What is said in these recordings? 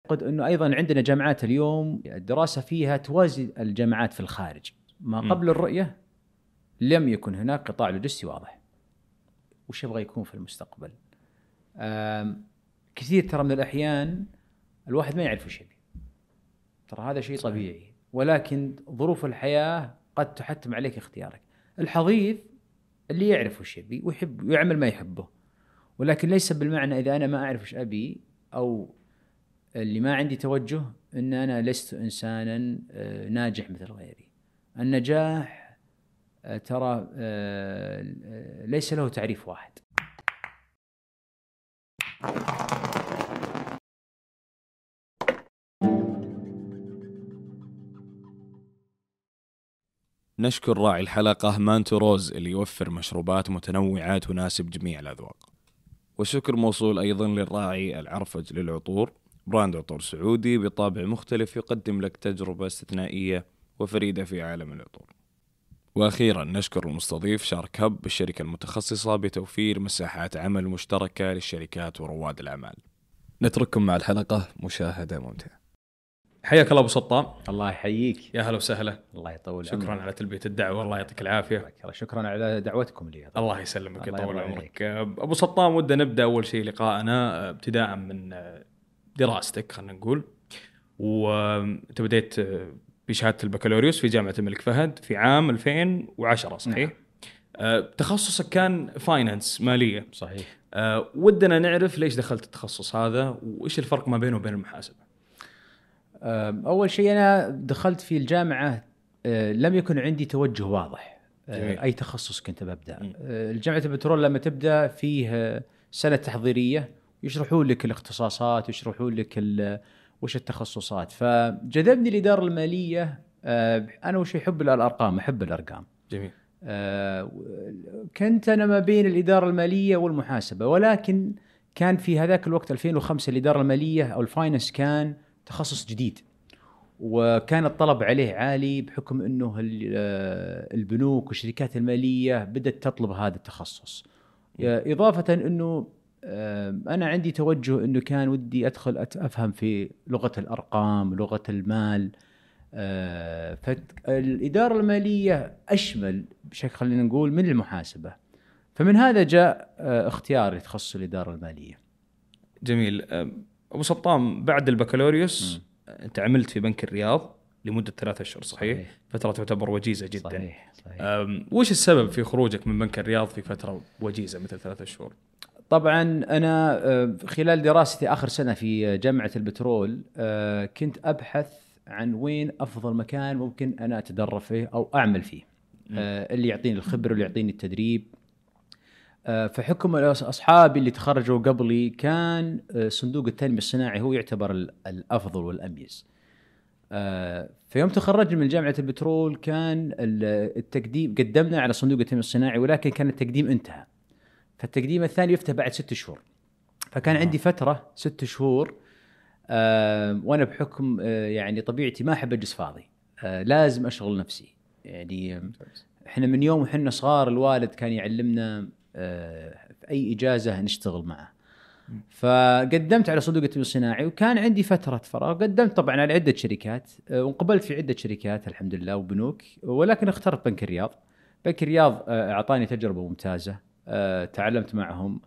أعتقد أنه أيضا عندنا جامعات اليوم الدراسة فيها توازي الجامعات في الخارج. ما قبل الرؤية لم يكن هناك قطاع لوجستي واضح وش يبغى يكون في المستقبل. كثير ترى من الأحيان الواحد ما يعرف وش يبي، ترى هذا شيء طبيعي، ولكن ظروف الحياة قد تحتم عليك اختيارك. الحظيظ اللي يعرف وش يبي ويحب ويعمل ما يحبه، ولكن ليس بالمعنى إذا أنا ما أعرف وش أبي أو اللي ما عندي توجه إن أنا لست إنسانا ناجح مثل غيري. النجاح ترى ليس له تعريف واحد. نشكر راعي الحلقة مانتو روز اللي يوفر مشروبات متنوعة تناسب جميع الأذواق. وشكر موصول أيضا للراعي العرفج للعطور، براند عطور سعودي بطابع مختلف يقدم لك تجربة استثنائية وفريدة في عالم العطور. وأخيرا نشكر المستضيف شارك هب بالشركة المتخصصة بتوفير مساحات عمل مشتركة للشركات ورواد الأعمال. نترككم مع الحلقة، مشاهدة ممتعة. حياك الله أبو سطام. الله يحييك. يا هلا وسهلا. الله يطول عمرك. شكرا على تلبية الدعوة، الله يعطيك العافية. شكرا على دعوتكم لي. الله يسلمك يطول عمرك. أبو سطام، ودنا نبدأ أول شيء لقاءنا ابتداء من دراستك، خلنا نقول. وأنت بديت بشهادة البكالوريوس في جامعة الملك فهد في عام 2010 صحيح؟ تخصصك كان فاينانس، مالية. صحيح. ودنا نعرف ليش دخلت التخصص هذا وإيش الفرق ما بينه وبين المحاسبة. أول شيء أنا دخلت في الجامعة لم يكن عندي توجه واضح. أي تخصص كنت ببدأ. الجامعة البترول لما تبدأ فيه سنة تحضيرية يشرحون لك الاختصاصات، يشرحون لك وش التخصصات. فجذبني الإدارة المالية. أنا وش يحب الأرقام، أحب الأرقام. جميل. كنت أنا ما بين الإدارة المالية والمحاسبة، ولكن كان في هذاك الوقت 2005 الإدارة المالية أو الفاينانس كان تخصص جديد، وكان الطلب عليه عالي بحكم أنه البنوك والشركات المالية بدأت تطلب هذا التخصص. إضافة أنه أنا عندي توجه أنه كان ودي أدخل أفهم في لغة الأرقام، لغة المال. فالإدارة المالية أشمل بشكل خلينا نقول من المحاسبة، فمن هذا جاء اختياري تخصص الإدارة المالية. جميل. أبو سطام، بعد البكالوريوس أنت عملت في بنك الرياض لمدة 3 أشهر صحيح؟ فترة تعتبر وجيزة جدا. صحيح. وش السبب في خروجك من بنك الرياض في فترة وجيزة مثل 3 أشهر؟ طبعا أنا خلال دراستي آخر سنة في جامعة البترول كنت أبحث عن وين أفضل مكان ممكن أنا أتدرب فيه أو أعمل فيه، اللي يعطيني الخبرة واللي يعطيني التدريب. فحكم أصحابي اللي تخرجوا قبلي كان صندوق التنمية الصناعي هو يعتبر الأفضل والأميز. في يوم تخرجنا من جامعة البترول كان التقديم، قدمنا على صندوق التنمية الصناعي ولكن كان التقديم انتهى، فالتقديم الثاني يفتح بعد 6 شهور. فكان عندي فترة 6 شهور وأنا بحكم يعني طبيعتي ما أحب أجلس فاضي، لازم أشغل نفسي. يعني إحنا من يوم وحنا صغار الوالد كان يعلمنا في أي إجازة نشتغل معه. فقدمت على صندوق التنمية الصناعي وكان عندي فترة فراغ. قدمت طبعا على عدة شركات وانقبلت في عدة شركات الحمد لله وبنوك، ولكن اخترت بنك الرياض. بنك الرياض أعطاني تجربة ممتازة، تعلمت معهم.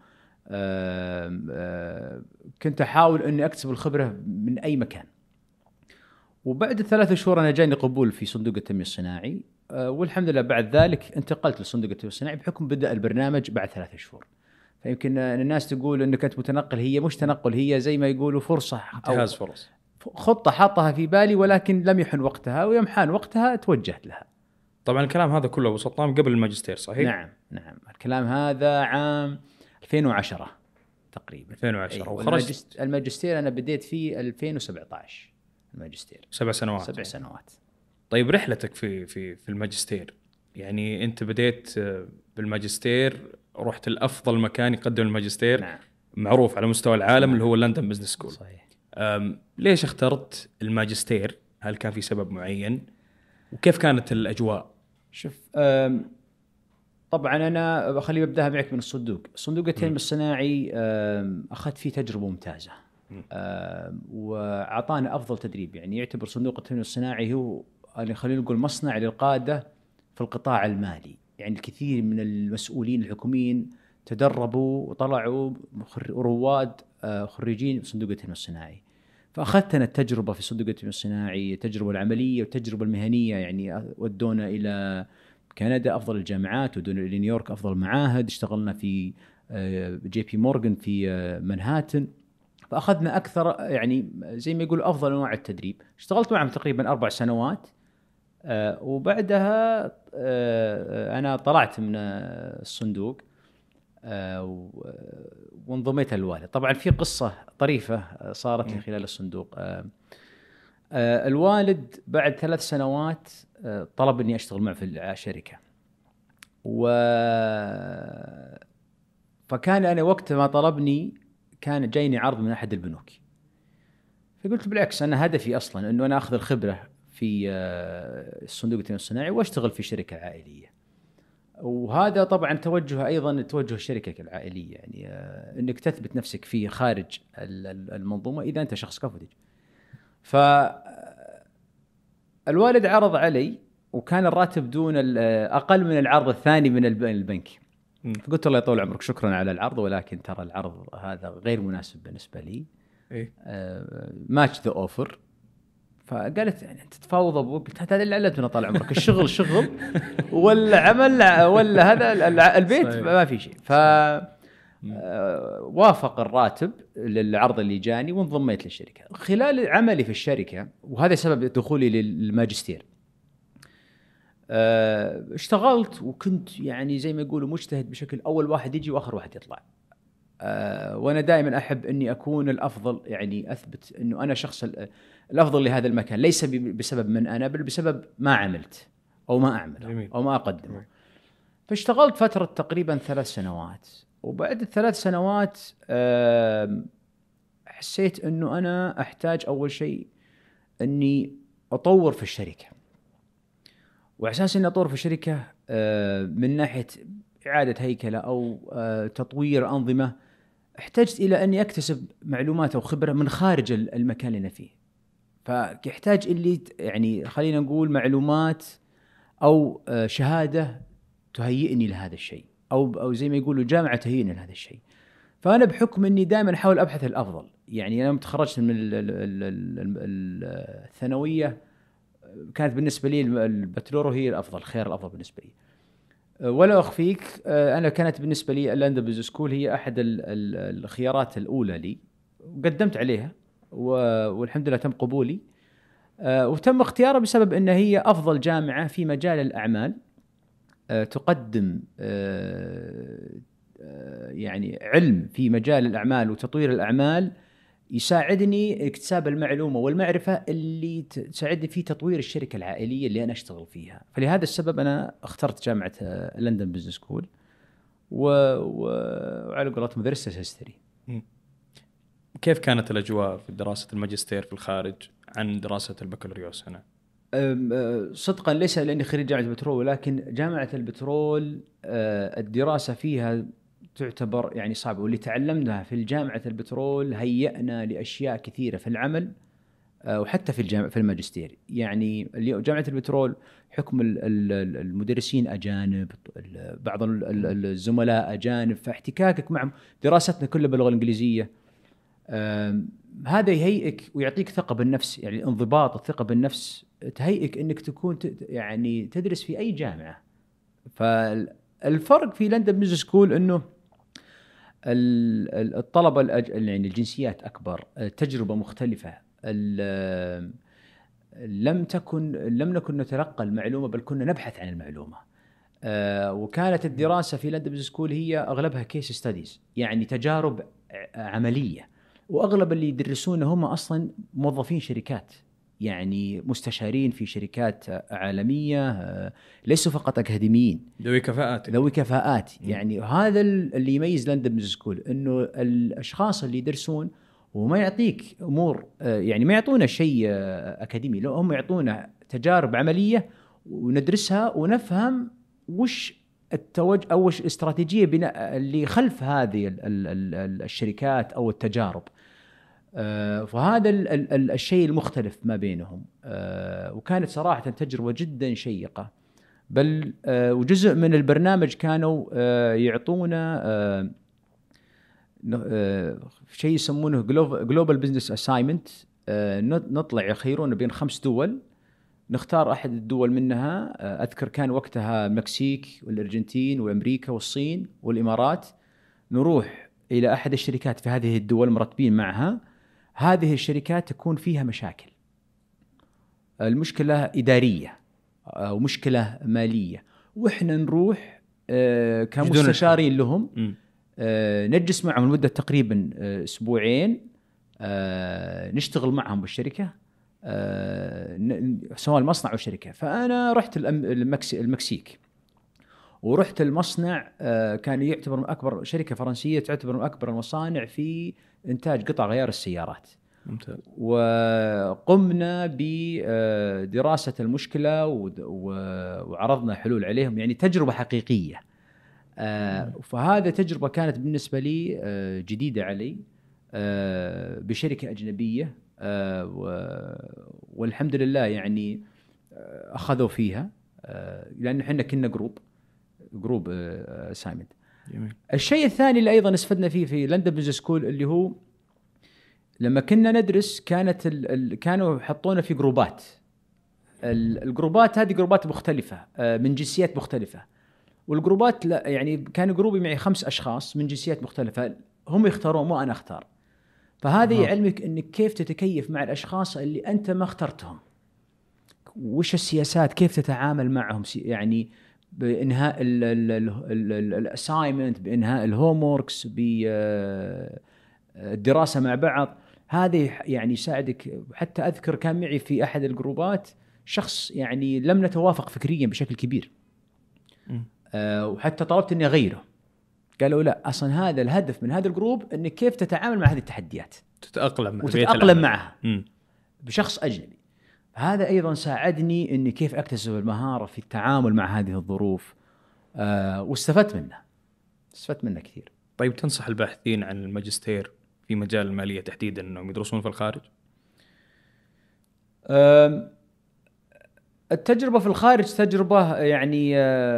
كنت أحاول أني أكتسب الخبرة من أي مكان. وبعد 3 شهور أنا جاني قبول في صندوق التنمية الصناعي، والحمد لله بعد ذلك انتقلت لصندوق التنمية الصناعي بحكم بدأ البرنامج بعد 3 شهور. فيمكن الناس تقول أنك أنت متنقل، هي مش تنقل، هي زي ما يقولوا فرصة أو فرص، خطة حاطها في بالي ولكن لم يحن وقتها، ويوم حان وقتها توجهت لها. طبعا الكلام هذا كله أبو سطام قبل الماجستير صحيح؟ نعم الكلام هذا عام 2010 تقريبا. 2010. وخرجت الماجستير أنا بديت في 2017 الماجستير. 7 سنوات. 7 سنوات. طيب رحلتك في الماجستير، يعني أنت بديت بالماجستير، رحت الأفضل مكان يقدم الماجستير. نعم. معروف على مستوى العالم. اللي هو لندن بزنس سكول. صحيح. ليش اخترت الماجستير؟ هل كان في سبب معين؟ وكيف كانت الأجواء؟ شوف، طبعا أنا خليني أبدأها معك من صندوق التنمية الصناعي. أخذت فيه تجربة ممتازة. وأعطانا أفضل تدريب. يعني يعتبر صندوق التنمية الصناعي هو يعني خلينا نقول مصنع للقادة في القطاع المالي. يعني الكثير من المسؤولين الحكوميين تدربوا وطلعوا رواد خريجين صندوق التنمية الصناعي. فأخذت أنا التجربة في صندوق التنمية الصناعي، التجربة العملية والتجربة المهنية. يعني ودونا إلى كندا أفضل الجامعات، ودونا إلى نيويورك أفضل المعاهد، اشتغلنا في جي بي مورغان في منهاتن. فأخذنا أكثر يعني زي ما يقول أفضل أنواع التدريب. اشتغلت معهم تقريبا 4 سنوات. وبعدها أنا طلعت من الصندوق وانضميت للوالد. طبعا في قصة طريفة صارت لي خلال الصندوق. الوالد بعد 3 سنوات طلب أني أشتغل معه في الشركة، فكان أنا وقت ما طلبني كان جايني عرض من أحد البنوك. فقلت بالعكس، أنا هدفي أصلا أنه أنا أخذ الخبرة في الصندوق التنمية الصناعي وأشتغل في شركة عائلية. وهذا طبعا توجه توجه الشركة العائلية، يعني أنك تثبت نفسك في خارج المنظومة إذا أنت شخص كفؤ. فالوالد عرض علي وكان الراتب دون أقل من العرض الثاني من البنك. فقلت الله يطول عمرك، شكرا على العرض، ولكن ترى العرض هذا غير مناسب بالنسبة لي. ماتش ذا أوفر. فقالت يعني أنت تفاوض أبوك؟ قلت هذا اللي علمتنا طال عمرك، الشغل شغل والعمل ولا هذا البيت ما في شيء. وافق الراتب للعرض اللي جاني وانضميت للشركة. خلال عملي في الشركة، وهذا سبب دخولي للماجستير، اشتغلت وكنت يعني زي ما يقولوا مجتهد بشكل أول واحد يجي وآخر واحد يطلع. وأنا دائما أحب أني أكون الأفضل، يعني أثبت أنه أنا شخص الأفضل لهذا المكان، ليس بسبب من أنا، بل بسبب ما عملت أو ما أعمل أو ما أقدم. فاشتغلت فترة تقريبا 3 سنوات. وبعد ال3 سنوات حسيت أنه أنا أحتاج أول شيء أني أطور في الشركة. وأساس أني أطور في الشركة من ناحية إعادة هيكلة أو تطوير أنظمة، احتجت إلى أني أكتسب معلومات أو خبرة من خارج المكان اللي أنا فيه. فيحتاج اللي يعني خلينا نقول معلومات أو شهادة تهيئني لهذا الشيء، أو زي ما يقولوا جامعة تهيئني لهذا الشيء. فأنا بحكم أني دائما أحاول أبحث الأفضل، يعني أنا تخرجت من الثانوية، كانت بالنسبة لي البتلورو هي الأفضل، خيار الأفضل بالنسبة لي. ولا أخفيك أنا كانت بالنسبة لي لندن بزنس سكول هي أحد الخيارات الأولى لي، وقدمت عليها والحمد لله تم قبولي. وتم اختيارها بسبب أنها هي أفضل جامعة في مجال الأعمال، تقدم يعني علم في مجال الأعمال وتطوير الأعمال يساعدني اكتساب المعلومة والمعرفة اللي تساعدني في تطوير الشركة العائلية اللي أنا أشتغل فيها. فلهذا السبب أنا اخترت جامعة لندن بزنس سكول وعلى قولتهم درست هيستوري. كيف كانت الأجواء في دراسة الماجستير في الخارج عن دراسة البكالوريوس هنا؟ صدقا ليس لأني خريج جامعة البترول، ولكن جامعة البترول الدراسة فيها تعتبر يعني صعبة، واللي تعلمناها في الجامعة البترول هيئنا لأشياء كثيرة في العمل وحتى في الماجستير. يعني اليوم جامعة البترول حكم المدرسين أجانب، بعض الزملاء أجانب، فاحتكاكك معهم، دراستنا كلها باللغة الإنجليزية، هذا يهيئك ويعطيك ثقة بالنفس. يعني الانضباط، الثقة بالنفس تهيئك أنك تكون يعني تدرس في أي جامعة. فالفرق في لندن بزنس سكول أنه الطلبة يعني الجنسيات أكبر، تجربة مختلفة، لم نكن نتلقى المعلومة بل كنا نبحث عن المعلومة. وكانت الدراسة في لندن بزنس سكول هي أغلبها كيس ستاديز، يعني تجارب عملية، وأغلب اللي يدرسونه هم أصلا موظفين شركات، يعني مستشارين في شركات عالمية، ليسوا فقط أكاديميين ذوي كفاءات. يعني هذا اللي يميز لندن بزنس سكول، إنه الأشخاص اللي يدرسون وما يعطيك أمور، يعني ما يعطونا شيء أكاديمي، لو هم يعطونا تجارب عملية وندرسها ونفهم وش التوجه أو وش استراتيجية بناء اللي خلف هذه الشركات أو التجارب. فهذا الشيء المختلف ما بينهم. وكانت صراحة تجربة جدا شيقة. بل وجزء من البرنامج كانوا يعطونا شيء يسمونه جلوبال بزنس اساينمنت. نطلع يخيرونا بين 5 دول، نختار أحد الدول منها. أذكر كان وقتها المكسيك والأرجنتين وأمريكا والصين والإمارات. نروح إلى أحد الشركات في هذه الدول مرتبين معها. هذه الشركات تكون فيها مشاكل، المشكلة إدارية أو مشكلة مالية، وإحنا نروح كمستشارين لهم، نجلس معهم لمدة تقريبا 2 أسبوع، نشتغل معهم بالشركة، سواء المصنع أو الشركة. فأنا رحت المكسيك، ورحت المصنع كان يعتبر من أكبر شركة فرنسية، تعتبر من أكبر المصانع في إنتاج قطع غيار السيارات. ممتاز. وقمنا بدراسة المشكلة وعرضنا حلول عليهم، يعني تجربة حقيقية. فهذا تجربة كانت بالنسبة لي جديدة علي، بشركة أجنبية، والحمد لله يعني أخذوا فيها، لأن إحنا كنا جروب أسايمنت. الشيء الثاني اللي أيضا استفدنا فيه في لندن بزنس سكول، اللي هو لما كنا ندرس كانوا يحطونا في جروبات. الجروبات هذه جروبات مختلفة من جنسيات مختلفة، والجروبات لا يعني كان جروبي معي 5 أشخاص من جنسيات مختلفة، هم يختارون مو أنا أختار. فهذا يعلمك إنك كيف تتكيف مع الأشخاص اللي أنت ما اخترتهم، وش السياسات، كيف تتعامل معهم، يعني بإنهاء الأسايمنت، بإنهاء الهوموركس، بالدراسة مع بعض. هذا يعني يساعدك. حتى أذكر كان معي في أحد الجروبات شخص يعني لم نتوافق فكريا بشكل كبير، وحتى طلبت إني أغيره. قالوا لا، أصلا هذا الهدف من هذا الجروب إنك كيف تتعامل مع هذه التحديات، وتتأقلم معها بشخص أجنبي. هذا أيضا ساعدني إني كيف أكتسب المهارة في التعامل مع هذه الظروف، واستفدت منه كثير. طيب، تنصح الباحثين عن الماجستير في مجال المالية تحديدا أنهم يدرسون في الخارج؟ التجربة في الخارج تجربة يعني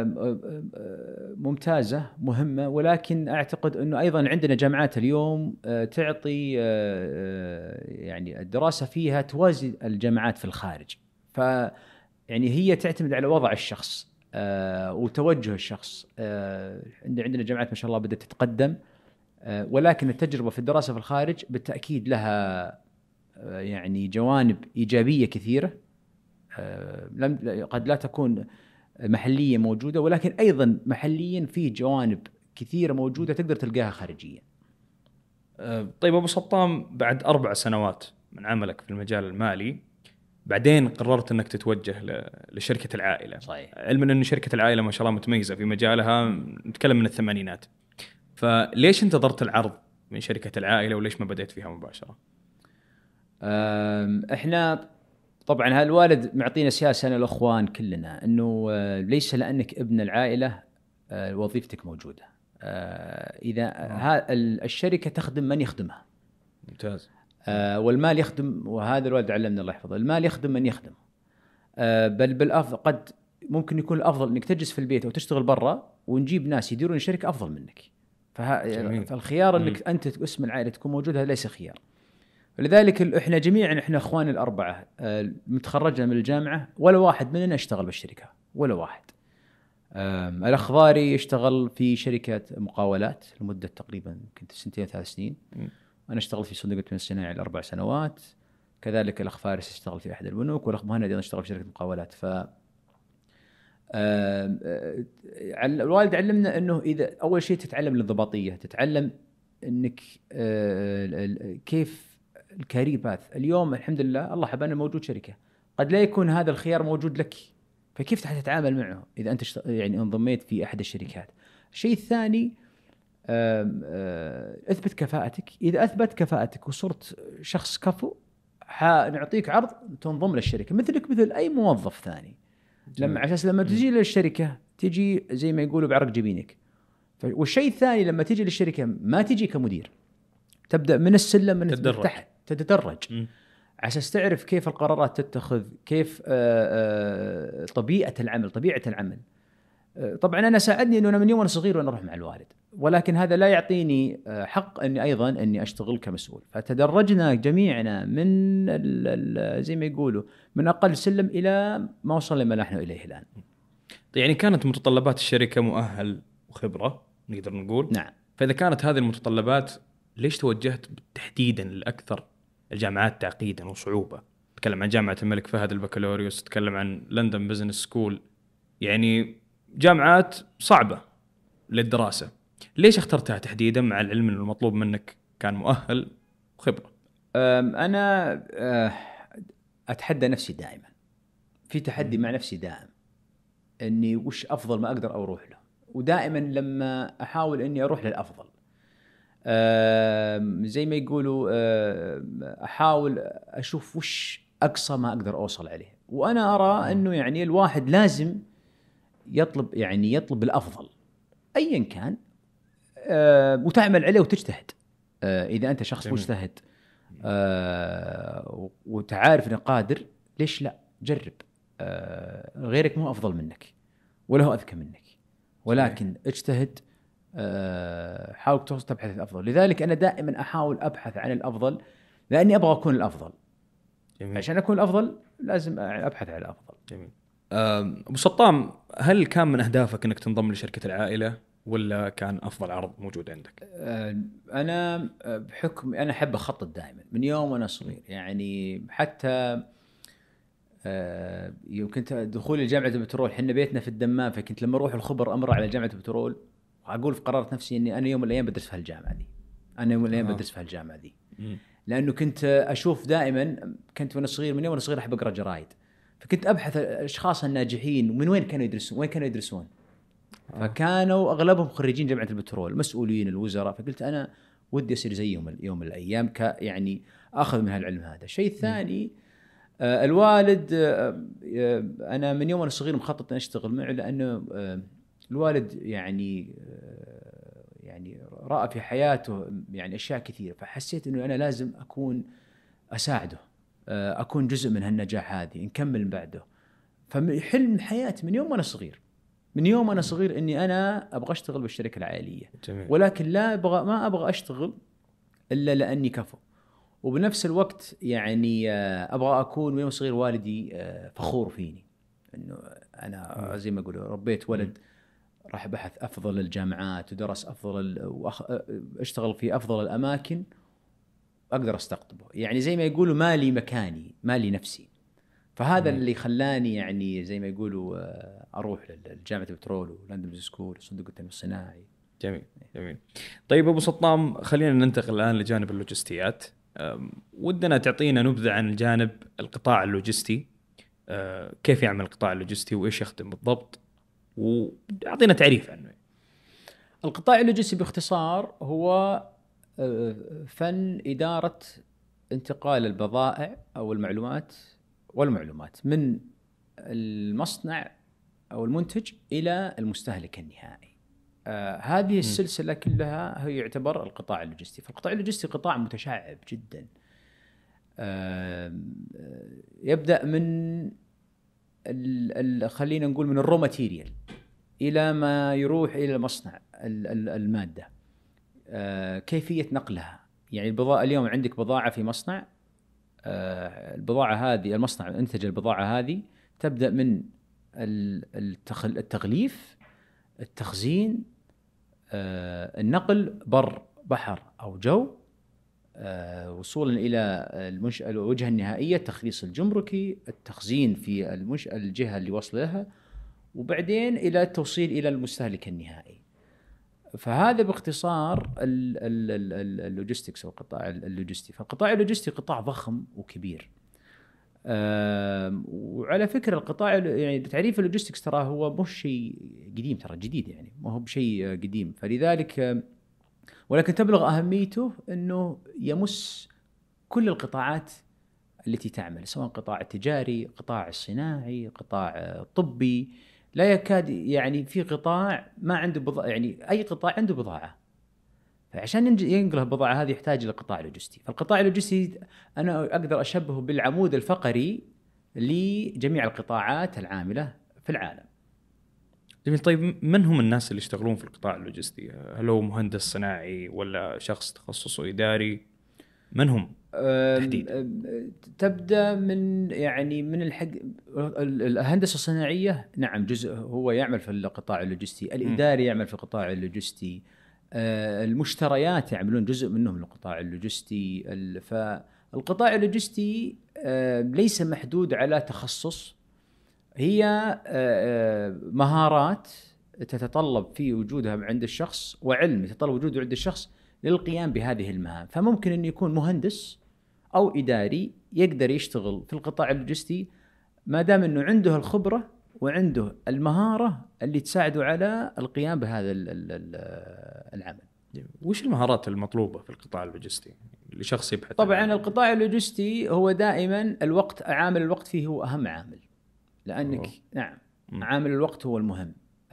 ممتازة مهمة، ولكن أعتقد أنه أيضا عندنا جامعات اليوم تعطي يعني الدراسة فيها توازي الجامعات في الخارج. فيعني هي تعتمد على وضع الشخص وتوجه الشخص. عندنا جامعات ما شاء الله بدأت تتقدم، ولكن التجربة في الدراسة في الخارج بالتأكيد لها يعني جوانب إيجابية كثيرة، قد لا تكون محلية موجودة، ولكن أيضا محليا في جوانب كثيرة موجودة تقدر تلقاها خارجيا. طيب أبو سطام، بعد 4 سنوات من عملك في المجال المالي، بعدين قررت أنك تتوجه لشركة العائلة. صحيح. علما أن شركة العائلة ما شاء الله متميزة في مجالها، نتكلم من الثمانينات. فليش انتظرت العرض من شركة العائلة وليش ما بدأت فيها مباشرة؟ احنا طبعا الوالد معطينا سياسة أنا الأخوان كلنا، أنه ليس لأنك ابن العائلة وظيفتك موجودة. إذا الشركة تخدم من يخدمها. ممتاز. والمال يخدم، وهذا الوالد علمنا الله يحفظه، المال يخدم من يخدم. بل بالأفضل قد ممكن يكون الأفضل أنك تجلس في البيت أو تشتغل برا ونجيب ناس يديرون الشركة أفضل منك. فالخيار أنك أنت اسم العائلة تكون موجود، هذا ليس خيار. لذلك احنا جميعا، احنا اخواني الأربعة متخرجنا من الجامعة، ولا واحد مننا اشتغل بالشركة، ولا واحد. الأخ ضاري يشتغل في شركة مقاولات لمدة تقريبا كنت 2-3 سنين. أنا اشتغلت في صندوق التنمية الصناعي 4 سنوات. كذلك الأخ فارس اشتغل في أحد البنوك، والأخ مهند أيضا اشتغل في شركة مقاولات. الوالد علمنا أنه إذا أول شيء تتعلم الانضباطية، تتعلم أنك كيف الكارير باث. اليوم الحمد لله الله حبانا موجود شركة، قد لا يكون هذا الخيار موجود لك، فكيف تتعامل معه إذا أنت يعني انضميت في أحد الشركات. الشيء الثاني، اثبت كفاءتك. إذا أثبت كفاءتك وصرت شخص كفو، نعطيك عرض تنضم للشركة مثلك مثل أي موظف ثاني. لما تجي للشركة تجي زي ما يقولوا بعرق جبينك. والشيء الثاني، لما تجي للشركة ما تجي كمدير، تبدأ من السلم من تحت، تتدرج عشان تعرف كيف القرارات تتخذ، كيف طبيعة العمل. طبعا أنا ساعدني أنه أنا من يوم أنا صغير وأنا أروح مع الوالد، ولكن هذا لا يعطيني حق أني أيضا أني أشتغل كمسؤول. فتدرجنا جميعنا من زي ما يقولوا من أقل سلم إلى ما وصلنا لما نحن إليه الآن. يعني كانت متطلبات الشركة مؤهل وخبرة نقدر نقول. نعم. فإذا كانت هذه المتطلبات ليش توجهت تحديدا لأكثر الجامعات تعقيدا وصعوبة؟ تتكلم عن جامعة الملك فهد البكالوريوس، تتكلم عن لندن بزنس سكول، يعني جامعات صعبة للدراسة. ليش اخترتها تحديدا مع العلم أنه المطلوب منك كان مؤهل وخبرة؟ أنا أتحدى نفسي دائما، في تحدي مع نفسي دائم أني وش أفضل ما أقدر أروح له، ودائما لما أحاول أني أروح للأفضل زي ما يقولوا أحاول أشوف وش أقصى ما أقدر أوصل عليه. وأنا أرى أنه يعني الواحد لازم يطلب الأفضل أيا كان، وتعمل عليه وتجتهد. إذا أنت شخص مجتهد وتعارف أنه قادر، ليش لا؟ جرب. غيرك مو أفضل منك ولا هو أذكى منك، ولكن اجتهد، حاول تبحث عن الأفضل. لذلك أنا دائما أحاول أبحث عن الأفضل، لأني أبغى أكون الأفضل. جميل. عشان أكون الأفضل لازم أبحث عن الأفضل. جميل. أبو سطام، هل كان من أهدافك أنك تنضم لشركة العائلة ولا كان أفضل عرض موجود عندك؟ أنا بحكم أنا أحب أخطط دائما من يوم وأنا صغير، يعني حتى يمكن دخولي لجامعة البترول، حنا بيتنا في الدمام، فكنت لما أروح الخبر أمر على جامعة البترول وأقول في قرارة نفسي إني أنا يوم من الأيام بدرس في هالجامعة دي، أنا يوم من الأيام بدرس في هالجامعة دي. لأنه كنت أشوف دائما، كنت وأنا صغير، من يوم وأنا صغير أحب أقرأ جرايد، فكنت أبحث الأشخاص الناجحين ومن وين كانوا يدرسون، فكانوا أغلبهم خريجين جامعة البترول، مسؤولين، الوزراء. فقلت أنا ودي أصير زيهم يوم من الأيام، يعني أخذ من هالعلم هذا. الشيء الثاني، الوالد، أنا من يوم أنا صغير مخطط أن أشتغل معه، لأنه الوالد يعني رأى في حياته يعني أشياء كثيرة، فحسيت أنه أنا لازم أكون أساعده، أكون جزء من هالنجاح هذه، نكمل بعده. فحلم حياتي من يوم أنا صغير إني أنا أبغى أشتغل بالشركة العائلية. جميل. ولكن ما أبغى أشتغل إلا لأني كفو، وبنفس الوقت يعني أبغى أكون من يوم صغير والدي فخور فيني، إنه أنا زي ما أقول ربيت ولد راح بحث أفضل الجامعات ودرس واشتغل في أفضل الأماكن أقدر أستقطبه، يعني زي ما يقولوا مالي مكاني، مالي نفسي. فهذا اللي خلاني يعني زي ما يقولوا أروح لجامعة البترول ولندن بزنس سكول وصندوق التنمية الصناعي. جميل. طيب أبو سطام، خلينا ننتقل الآن لجانب اللوجستيات. ودنا تعطينا نبذة عن الجانب القطاع اللوجستي، كيف يعمل القطاع اللوجستي وإيش يخدم بالضبط، وأعطينا تعريف عنه. القطاع اللوجستي باختصار هو فن إدارة انتقال البضائع أو والمعلومات من المصنع أو المنتج إلى المستهلك النهائي. هذه السلسلة كلها هي يعتبر القطاع اللوجستي. فالقطاع اللوجستي قطاع متشعب جدا، يبدأ من خلينا نقول من الرو ماتيريال إلى ما يروح إلى المصنع المادة، كيفية نقلها. يعني البضاعة اليوم عندك بضاعة في مصنع، البضاعة هذه المصنع انتج البضاعة هذه تبدأ من التغليف، التخزين، النقل بر بحر أو جو، وصولا إلى الوجهة النهائية، التخليص الجمركي، التخزين في الجهة اللي وصل لها، وبعدين إلى التوصيل إلى المستهلك النهائي. فهذا باختصار اللوجستكس أو القطاع اللوجستي. فالقطاع اللوجستي قطاع ضخم وكبير. وعلى فكرة القطاع يعني تعريف اللوجستكس ترى هو مش شيء قديم، ترى جديد، يعني ما هو بشيء قديم. فلذلك ولكن تبلغ أهميته أنه يمس كل القطاعات التي تعمل، سواء قطاع التجاري، قطاع الصناعي، قطاع طبي. لا يكاد يعني في قطاع ما عنده بضاعة، يعني أي قطاع عنده بضاعة. عشان ينقل البضاعة هذه يحتاج إلى قطاع لوجستي. فالقطاع اللوجستي أنا أقدر أشبهه بالعمود الفقري لجميع القطاعات العاملة في العالم. جميل. طيب من هم الناس اللي يشتغلون في القطاع اللوجستي؟ هل هو مهندس صناعي ولا شخص تخصصه إداري؟ من هم تحديدا؟ تبدأ من يعني من الهندسة الصناعية، نعم جزء هو يعمل في القطاع اللوجستي، الإداري يعمل في القطاع اللوجستي، المشتريات يعملون جزء منهم القطاع اللوجستي. فالقطاع اللوجستي ليس محدود على تخصص، هي مهارات تتطلب في وجودها عند الشخص وعلم يتطلب وجوده عند الشخص للقيام بهذه المهام. فممكن أن يكون مهندس أو إداري يقدر يشتغل في القطاع اللوجستي ما دام أنه عنده الخبرة وعنده المهارة اللي تساعده على القيام بهذا العمل. وش المهارات المطلوبة في القطاع اللوجستي لشخص يبحث؟ طبعا القطاع اللوجستي هو دائما الوقت، عامل الوقت فيه هو أهم عامل، لأنك نعم عامل الوقت هو المهم،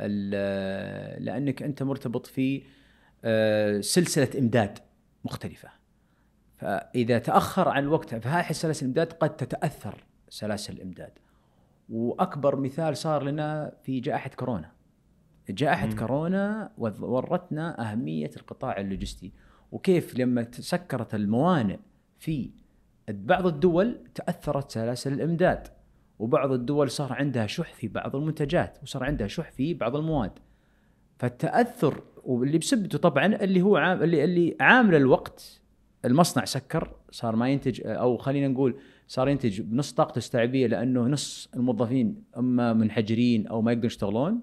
لأنك أنت مرتبط في سلسلة إمداد مختلفة. فإذا تأخر عن الوقت في هذه سلاسل الإمداد قد تتأثر سلاسل الإمداد. وأكبر مثال صار لنا في جائحة كورونا. جائحة كورونا ورتنا أهمية القطاع اللوجستي، وكيف لما تسكرت الموانئ في بعض الدول تأثرت سلاسل الإمداد، وبعض الدول صار عندها شح في بعض المنتجات وصار عندها شح في بعض المواد. فالتأثر واللي بسبته طبعا اللي هو اللي عامل الوقت، المصنع سكر، صار ما ينتج، أو خلينا نقول صار ينتج بنص طاقته التعبئة لأنه نص الموظفين أما منحجرين أو ما يقدرون يشتغلون.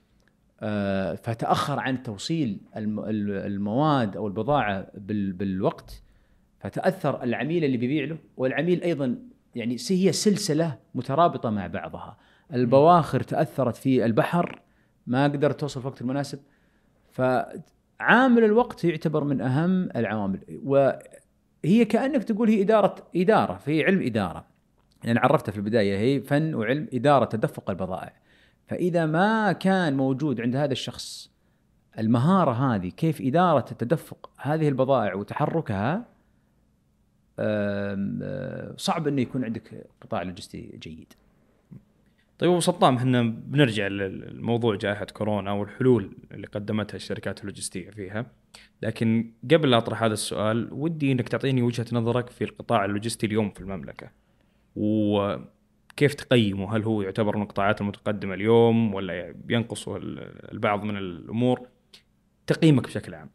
فتأخر عن توصيل المواد أو البضاعة بالوقت، فتأثر العميل اللي بيبيع له، والعميل أيضا يعني هي سلسلة مترابطة مع بعضها. البواخر تأثرت في البحر، ما قدرت توصل في الوقت المناسب. فعامل الوقت يعتبر من أهم العوامل، وهي كأنك تقول هي إدارة في علم إدارة، لأن عرفتها في البداية هي فن وعلم إدارة تدفق البضائع. فإذا ما كان موجود عند هذا الشخص المهارة هذه كيف إدارة تدفق هذه البضائع وتحركها، صعب أنه يكون عندك قطاع لوجستي جيد. طيب أبو سطام، احنا بنرجع للموضوع جائحة كورونا والحلول اللي قدمتها الشركات اللوجستية فيها، لكن قبل لا أطرح هذا السؤال ودي أنك تعطيني وجهة نظرك في القطاع اللوجستي اليوم في المملكة، وكيف تقيمه؟ هل هو يعتبر من القطاعات المتقدمة اليوم ولا ينقصه البعض من الأمور؟ تقييمك بشكل عام.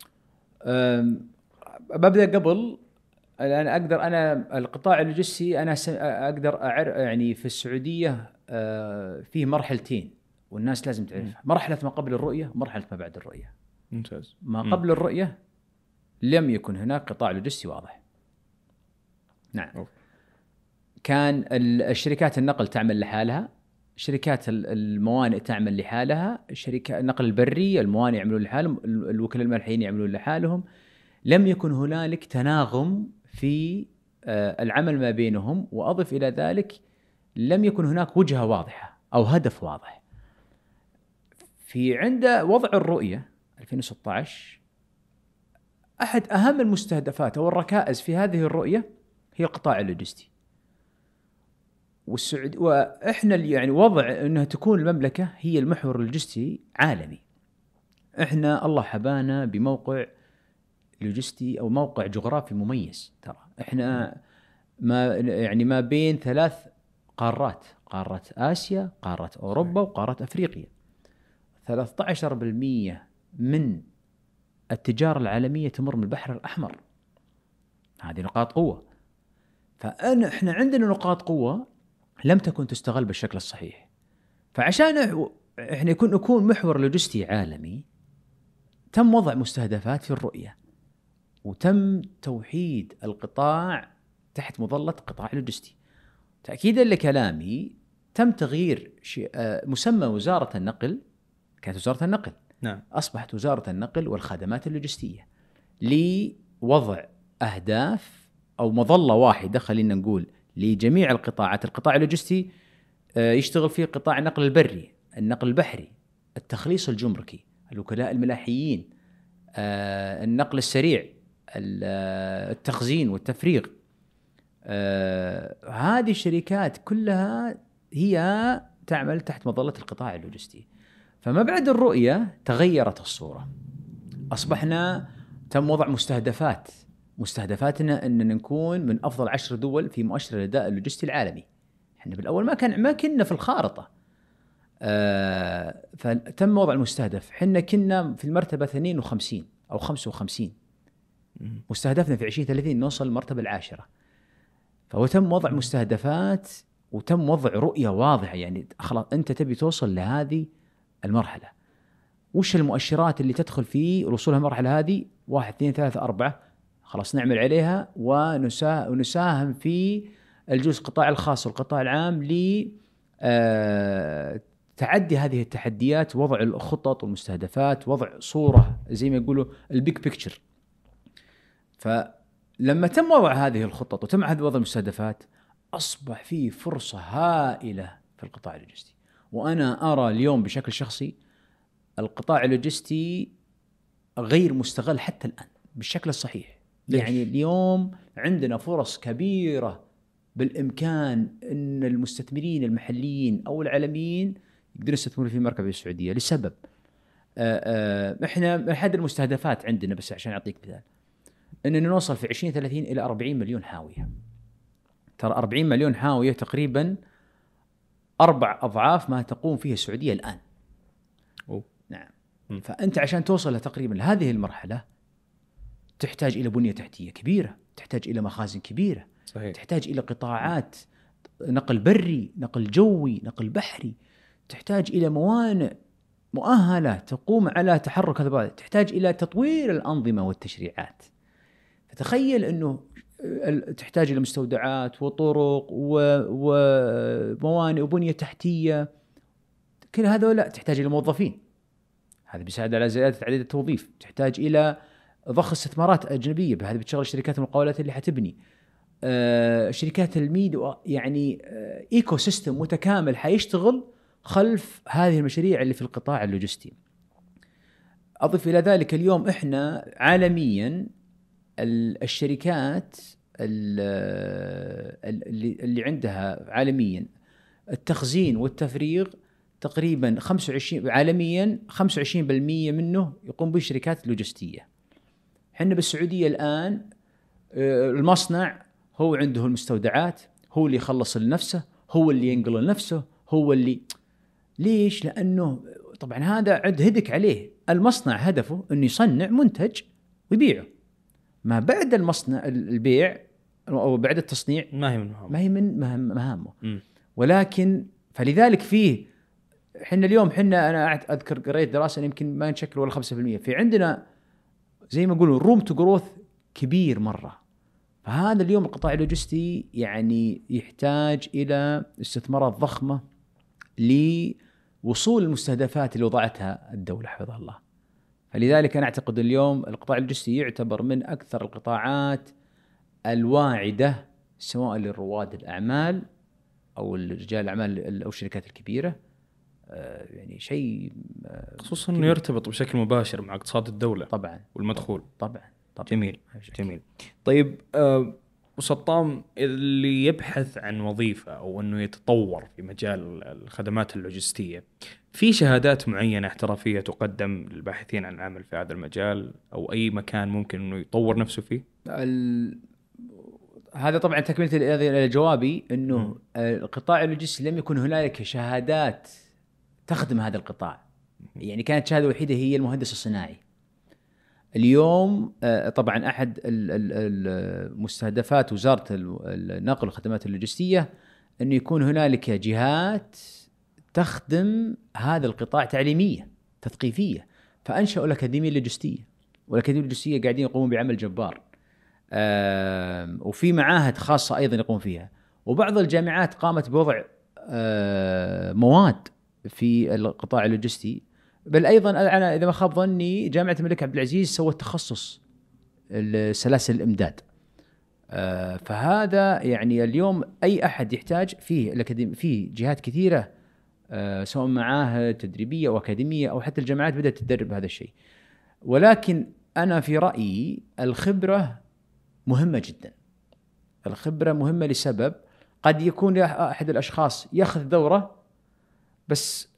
ببدأ قبل أنا القطاع اللوجستي أنا أقدر يعني في السعودية فيه مرحلتين والناس لازم تعرفها، مرحلة ما قبل الرؤية ومرحلة ما بعد الرؤية. ممتاز. ما قبل الرؤية لم يكن هناك قطاع لوجستي واضح. نعم. كان الشركات النقل تعمل لحالها، شركات الموانئ تعمل لحالها، شركة النقل البري الموانئ يعملون لحالهم، الوكلاء الملحيين يعملون لحالهم. لم يكن هنالك تناغم في العمل ما بينهم، وأضف إلى ذلك لم يكن هناك وجهة واضحة أو هدف واضح. في عند وضع الرؤية 2016 أحد أهم المستهدفات أو الركائز في هذه الرؤية هي القطاع اللوجستي. وإحنا يعني وضع أنها تكون المملكة هي المحور اللوجستي عالمي. إحنا الله حبانا بموقع لوجستي أو موقع جغرافي مميز. ترى إحنا ما بين 3 قارات، قارة آسيا، قارة أوروبا، وقارة أفريقيا. 13% من التجارة العالمية تمر من البحر الأحمر. هذه نقاط قوة. إحنا عندنا نقاط قوة لم تكن تستغل بالشكل الصحيح. فعشان إحنا نكون محور لوجستي عالمي، تم وضع مستهدفات في الرؤية، وتم توحيد القطاع تحت مظلة قطاع لوجستي. تأكيدا لكلامي تم تغيير مسمى وزارة النقل، كانت وزارة النقل، نعم، أصبحت وزارة النقل والخدمات اللوجستية، لوضع أهداف أو مظلة واحدة خلينا نقول لجميع القطاعات. القطاع اللوجستي يشتغل فيه قطاع النقل البري، النقل البحري، التخليص الجمركي، الوكلاء الملاحيين، النقل السريع، التخزين والتفريغ. هذه الشركات كلها هي تعمل تحت مظلة القطاع اللوجستي. فما بعد الرؤية تغيرت الصورة، أصبحنا تم وضع مستهدفاتنا أن نكون من أفضل 10 دول في مؤشر الأداء اللوجستي العالمي. احنا بالأول ما كنا في الخارطة، فتم وضع المستهدف. حنا كنا في المرتبة 52 أو 55، مستهدفنا في 2030 نوصل المرتبة 10. فهو تم وضع مستهدفات وتم وضع رؤية واضحة، يعني خلاص أنت تبي توصل لهذه المرحلة. وش المؤشرات اللي تدخل في وصولها المرحلة هذه؟ 1 2 3 4 خلاص نعمل عليها ونساهم في الجزء القطاع الخاص والقطاع العام تعدي هذه التحديات، وضع الخطط والمستهدفات، وضع صورة زي ما يقولوا البيج بيكتشر. فلما تم وضع هذه الخطط وتم وضع المستهدفات، أصبح فيه فرصة هائلة في القطاع اللوجستي. وأنا أرى اليوم بشكل شخصي القطاع اللوجستي غير مستغل حتى الآن بالشكل الصحيح. يعني اليوم عندنا فرص كبيرة بالإمكان أن المستثمرين المحليين أو العالميين يقدرون يستثمرون في مركب السعودية لسبب إحنا أحد المستهدفات عندنا، بس عشان أعطيك مثال، أننا نوصل في 2030 إلى 40 مليون حاوية. ترى 40 مليون حاوية تقريبا 4 أضعاف ما تقوم فيها السعودية الآن. نعم. فأنت عشان توصل تقريبا لهذه المرحلة تحتاج إلى بنية تحتية كبيرة، تحتاج إلى مخازن كبيرة، صحيح. تحتاج إلى قطاعات نقل بري، نقل جوي، نقل بحري، تحتاج إلى موانئ مؤهلة تقوم على تحرك هذا، تحتاج إلى تطوير الأنظمة والتشريعات. فتخيل أنه تحتاج إلى مستودعات وطرق وموانئ وبنية تحتية، كل هذا لا تحتاج إلى موظفين، هذا بيساعد على زيادة عدد التوظيف. تحتاج إلى ضخ استثمارات أجنبية، بهذا بتشغل شركات المقاولات اللي حتبني، شركات الميد، يعني إيكو سيستم متكامل حيشتغل خلف هذه المشاريع اللي في القطاع اللوجستي. أضف إلى ذلك اليوم إحنا عالميا الشركات اللي عندها عالميا التخزين والتفريغ تقريبا 25 عالميا 25% منه يقوم به شركات لوجستية. حنا بالسعودية الآن المصنع هو عنده المستودعات، هو اللي يخلص لنفسه، هو اللي ينقل لنفسه، هو اللي ليش؟ لأنه طبعا هذا عد هدك عليه. المصنع هدفه أنه يصنع منتج ويبيعه، ما بعد المصنع البيع أو بعد التصنيع ما هي من مهامه. ولكن فلذلك فيه حنا اليوم أنا أذكر قريت دراسة يمكن ما نشكل ولا 5%، في عندنا زي ما يقولون روم تو جروث كبير مرة. فهذا اليوم القطاع اللوجستي يعني يحتاج إلى استثمارات ضخمة لوصول المستهدفات اللي وضعتها الدولة حفظها الله. فلذلك أنا أعتقد اليوم القطاع اللوجستي يعتبر من أكثر القطاعات الواعدة، سواء للرواد الأعمال أو الرجال الأعمال أو الشركات الكبيرة. يعني شيء خصوصا انه يرتبط بشكل مباشر مع اقتصاد الدولة طبعا والمدخول. طبعا. جميل. طيب وسطام اللي يبحث عن وظيفة او انه يتطور في مجال الخدمات اللوجستية، في شهادات معينة احترافية تقدم للباحثين عن العمل في هذا المجال او اي مكان ممكن انه يطور نفسه فيه؟ هذا طبعا تكملة إلى جوابي انه القطاع اللوجستي لم يكن هنالك شهادات تخدم هذا القطاع. يعني كانت شهادة وحيدة هي المهندس الصناعي. اليوم طبعا أحد المستهدفات وزارة النقل والخدمات اللوجستية أنه يكون هنالك جهات تخدم هذا القطاع تعليمية تثقيفية، فأنشأوا الأكاديمية اللوجستية، والأكاديمية اللوجستية قاعدين يقومون بعمل جبار، وفي معاهد خاصة أيضا يقوم فيها، وبعض الجامعات قامت بوضع مواد في القطاع اللوجستي. بل أيضا أنا إذا ما خاب ظني جامعة الملك عبد العزيز سوت تخصص سلاسل الإمداد. فهذا يعني اليوم أي أحد يحتاج فيه الأكاديمية، فيه جهات كثيرة سواء معاهد تدريبية أو أكاديمية أو حتى الجامعات بدأت تدرب هذا الشيء. ولكن أنا في رأيي الخبرة مهمة جدا. الخبرة مهمة لسبب، قد يكون أحد الأشخاص يأخذ دورة بس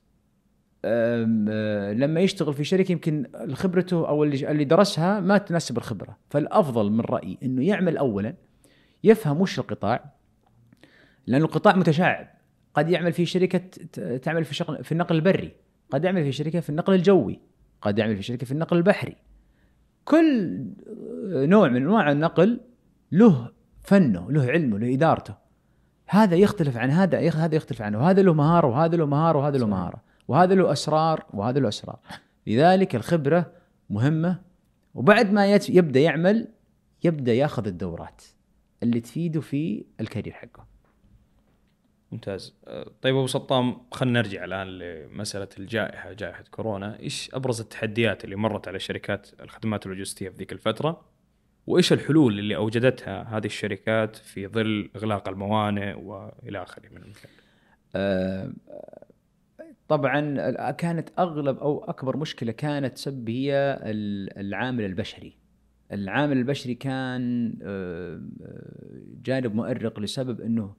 لما يشتغل في شركة يمكن خبرته أو اللي درسها ما تناسب الخبرة. فالأفضل من رأيي أنه يعمل أولا، يفهم وش القطاع، لأن القطاع متشعب. قد يعمل في شركة تعمل في النقل البري، قد يعمل في شركة في النقل الجوي، قد يعمل في شركة في النقل البحري. كل نوع من أنواع النقل له فنه، له علمه، له إدارته. هذا يختلف عن هذا، هذا يختلف عنه، وهذا له مهارة وهذا له مهارة وهذا له مهارة، وهذا له أسرار وهذا له أسرار. لذلك الخبرة مهمة. وبعد ما يبدأ يعمل، يبدأ ياخذ الدورات اللي تفيده في الكارير حقه. ممتاز. طيب أبو سطام، خلنا نرجع الآن لمسألة الجائحة، جائحة كورونا. إيش أبرز التحديات اللي مرت على شركات الخدمات اللوجستية في ذيك الفترة؟ وإيش الحلول اللي أوجدتها هذه الشركات في ظل إغلاق الموانئ وإلى آخره من المثال؟ طبعا كانت أغلب أو أكبر مشكلة كانت تسبب هي العامل البشري. العامل البشري كان جانب مؤرق لسبب أنه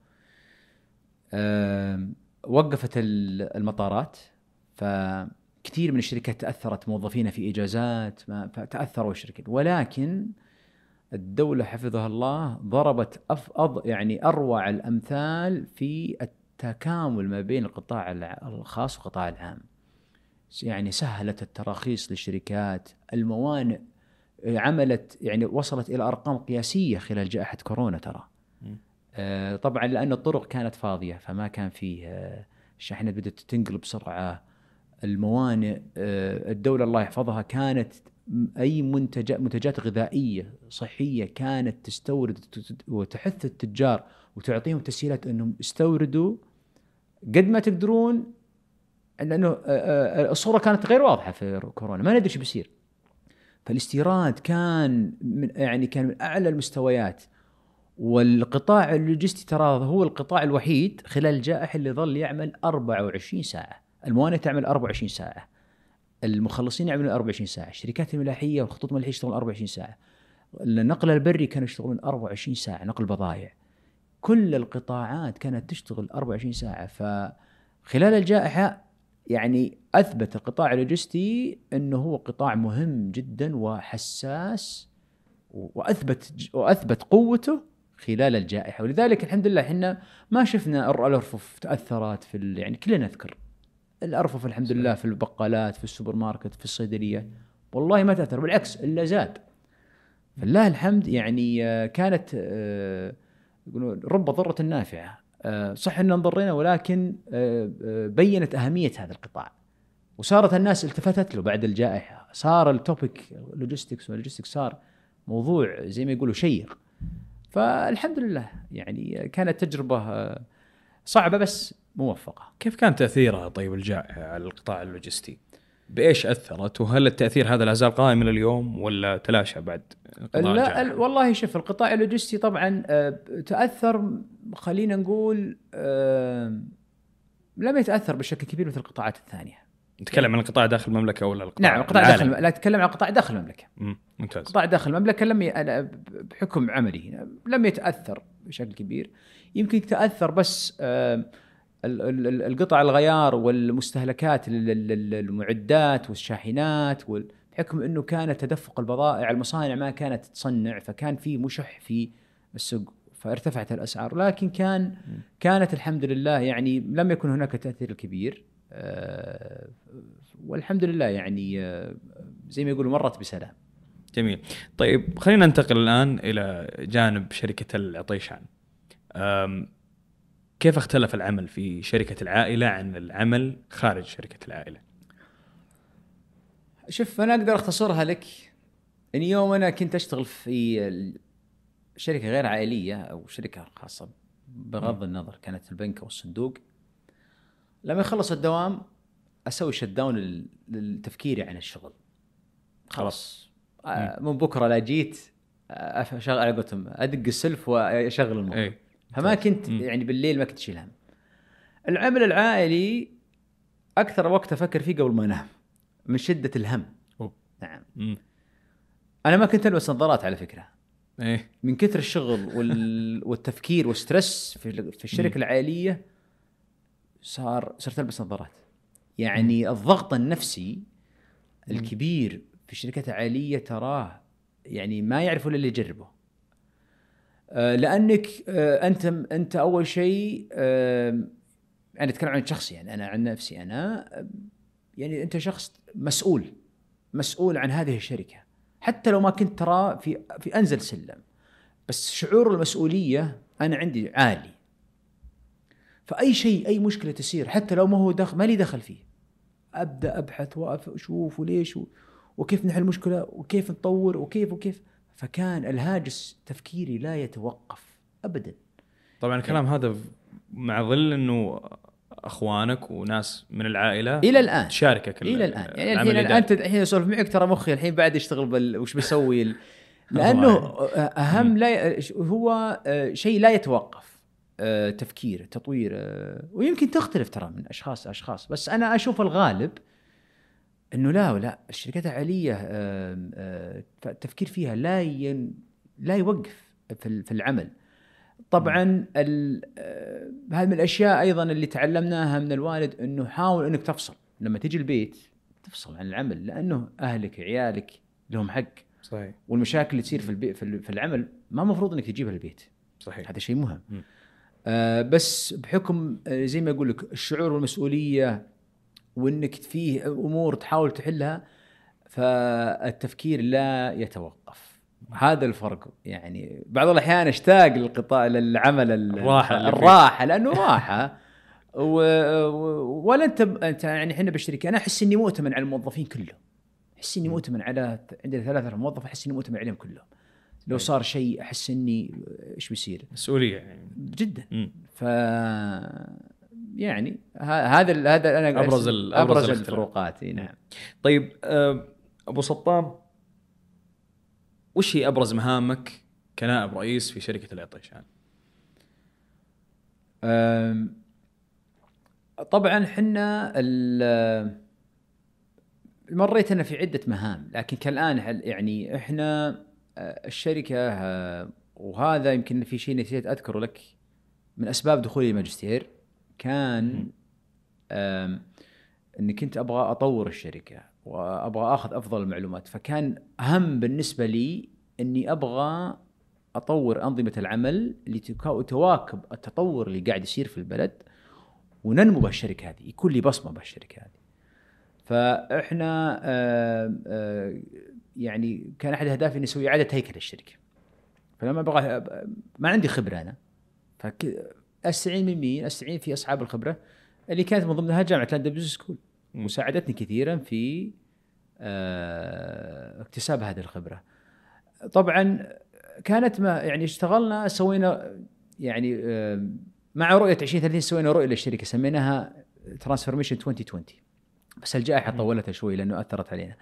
وقفت المطارات، فكثير من الشركات تأثرت، موظفينها في إجازات فتأثروا الشركات. ولكن الدولة حفظها الله ضربت يعني أروع الأمثال في التكامل ما بين القطاع الخاص والقطاع العام. يعني سهلت التراخيص للشركات، الموانئ عملت يعني وصلت إلى أرقام قياسية خلال جائحة كورونا ترى. طبعا لأن الطرق كانت فاضية فما كان فيه الشاحنات بدأت تنقل بسرعة. الموانئ الدولة الله يحفظها كانت أي منتجات غذائية صحية كانت تستورد وتحث التجار وتعطيهم تسهيلات أنهم استوردوا قد ما تقدرون، لأنه الصورة كانت غير واضحة في كورونا، ما ندري شو بيصير. فالاستيراد كان كان من أعلى المستويات. والقطاع اللوجستي ترى هو القطاع الوحيد خلال الجائحة اللي ظل يعمل 24 ساعة. الموانئ تعمل 24 ساعة، المخلصين يعملون 24 ساعة، الشركات الملاحية والخطوط الملاحية يشتغلون 24 ساعة، النقل البري كانوا يشتغلون 24 ساعة، نقل بضائع. كل القطاعات كانت تشتغل 24 ساعة. فخلال الجائحة يعني أثبت القطاع اللوجستي أنه هو قطاع مهم جدا وحساس، وأثبت قوته خلال الجائحة. ولذلك الحمد لله إحنا ما شفنا الأرفف تأثرت في يعني كلنا نذكر الأرفف الحمد لله في البقالات، في السوبر ماركت، في الصيدلية، والله ما تأثر، بالعكس إلا زاد. فالله الحمد. يعني كانت يقولون رب ضرة نافعة. صح إننا انضرينا، ولكن بينت أهمية هذا القطاع، وصارت الناس التفتت له بعد الجائحة. صار التوبيك لوجيستكس صار موضوع زي ما يقولوا شيق. فالحمد لله يعني كانت تجربة صعبة بس موفقة. كيف كان تأثيرها طيب الجائحة على القطاع اللوجستي؟ بإيش أثرت؟ وهل التأثير هذا لا زال قائم إلى اليوم ولا تلاشى بعد الجائحة؟ لا والله شوف، القطاع اللوجستي طبعا تأثر، خلينا نقول لم يتأثر بشكل كبير مثل القطاعات الثانية. نتكلم عن القطاع داخل المملكة ولا القطاع؟ نعم القطاع داخل، لا أتكلم عن القطاع داخل المملكة. ممتاز. القطاع داخل المملكة بحكم عملي لم يتأثر بشكل كبير. يمكن تأثر بس القطع الغيار والمستهلكات المعدات والشاحنات، بحكم أنه كان تدفق البضائع، المصانع ما كانت تصنع، فكان في مشح في السوق فارتفعت الأسعار. لكن كانت الحمد لله يعني لم يكن هناك تأثير كبير، والحمد لله يعني زي ما يقولوا مرت بسلام. جميل. طيب خلينا ننتقل الآن إلى جانب شركة العطيشان. كيف اختلف العمل في شركة العائلة عن العمل خارج شركة العائلة؟ شوف أنا أقدر أختصرها لك. إن يوم أنا كنت أشتغل في شركة غير عائلية أو شركة خاصة بغض النظر كانت البنك أو الصندوق، لما يخلص الدوام أسوي شت داون للتفكير عن الشغل. خلاص من بكرة لا جيت أشغل على قولتهم أدق السلف وأشغل الموضوع. فما كنت يعني بالليل ما كنت شيل هم. العمل العائلي أكثر وقت أفكر فيه قبل ما أنام من شدة الهم. نعم. انا ما كنت البس نظارات على فكره، ايه من كثر الشغل والتفكير والستريس في الشركه العائليه صرت البس نظارات. يعني الضغط النفسي الكبير في الشركات العائليه تراه يعني ما يعرفوا الا اللي يجربه. لانك انت اول شيء، انا اتكلم عن شخصي، يعني انا عن نفسي انا، يعني انت شخص مسؤول عن هذه الشركه، حتى لو ما كنت ترى في انزل سلم، بس شعور المسؤوليه انا عندي عالي. فاي شيء اي مشكله تصير حتى لو ما هو ما لي دخل فيه، ابدا ابحث واشوف وليش وكيف نحل المشكله وكيف نطور وكيف. فكان الهاجس تفكيري لا يتوقف ابدا. طبعا الكلام هذا مع ظل انه اخوانك وناس من العائله الى الان تشاركك الى الان، يعني الحين انت الحين اسولف معك ترى مخي الحين بعد يشتغل وش بسوي لانه اهم لا هو شيء لا يتوقف. تفكير تطوير، ويمكن تختلف ترى من اشخاص، بس انا اشوف الغالب انه لا الشركات العائليه التفكير فيها لا يوقف في العمل. طبعا هذه من الاشياء ايضا اللي تعلمناها من الوالد، انه حاول انك تفصل لما تيجي البيت، تفصل عن العمل، لانه اهلك عيالك لهم حق. صحيح. والمشاكل اللي تصير في العمل ما مفروض انك تجيبها البيت. صحيح. هذا شيء مهم. بس بحكم زي ما اقول لك الشعور والمسؤوليه، وانك فيه امور تحاول تحلها، فالتفكير لا يتوقف. هذا الفرق. يعني بعض الأحيان اشتاق للعمل الراحة لأنه راحة ولا أنت يعني إحنا بالشركة أنا أحس إني مؤتمن على الموظفين كلهم، أحس إني مؤتمن على عندنا 3 موظف، أحس إني مؤتمن عليهم كلهم. لو صار شيء أحس إني إيش بيصير، مسؤولية يعني جدا. يعني هذا أنا أبرز الفروقات. نعم. طيب أبو سطام، وش هي أبرز مهامك كنائب رئيس في شركة العطيشان؟ طبعا حنا مريت أنا في عدة مهام، لكن كالآن يعني إحنا الشركة، وهذا يمكن في شيء نسيت أذكره لك، من أسباب دخولي الماجستير كان أني كنت أبغى أطور الشركة وأبغى أخذ أفضل المعلومات. فكان أهم بالنسبة لي أني أبغى أطور أنظمة العمل اللي تواكب التطور اللي قاعد يصير في البلد، وننمو بالشركة هذه، يكون لي بصمة بالشركة هذه. فإحنا يعني كان أحد أهدافي أن أسوي إعادة هيكل الشركة. فلما أبغى، ما عندي خبرة أنا، أستعين من مين؟ أستعين في أصحاب الخبرة اللي كانت من ضمنها جامعة لندن بزنس سكول، وساعدتني كثيرا في اكتساب هذه الخبرة. طبعا كانت يعني اشتغلنا، سوينا يعني مع رؤية 2030 سوينا رؤية للشركة سميناها ترانسفورميشن 2020، بس الجائحة طولتها شوي لأنه أثرت علينا.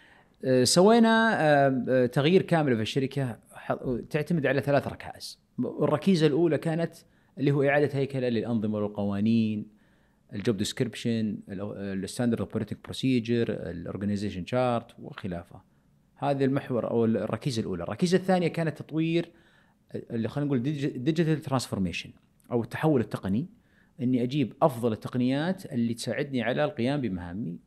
سوينا تغيير كامل في الشركة تعتمد على 3 ركائز. الركيزة الأولى كانت اللي هو إعادة هيكلة للأنظمة والقوانين، الجوب ديسكريبشن، الستاندرد اوبريتنج بروسيجر، الاورجانيزيشن شارت وخلافه. هذا المحور او الركيزه الاولى. الركيزه الثانيه كانت تطوير اللي خلينا نقول ديجيتال ترانسفورميشن او التحول التقني، اني اجيب افضل التقنيات اللي تساعدني على القيام بمهامي.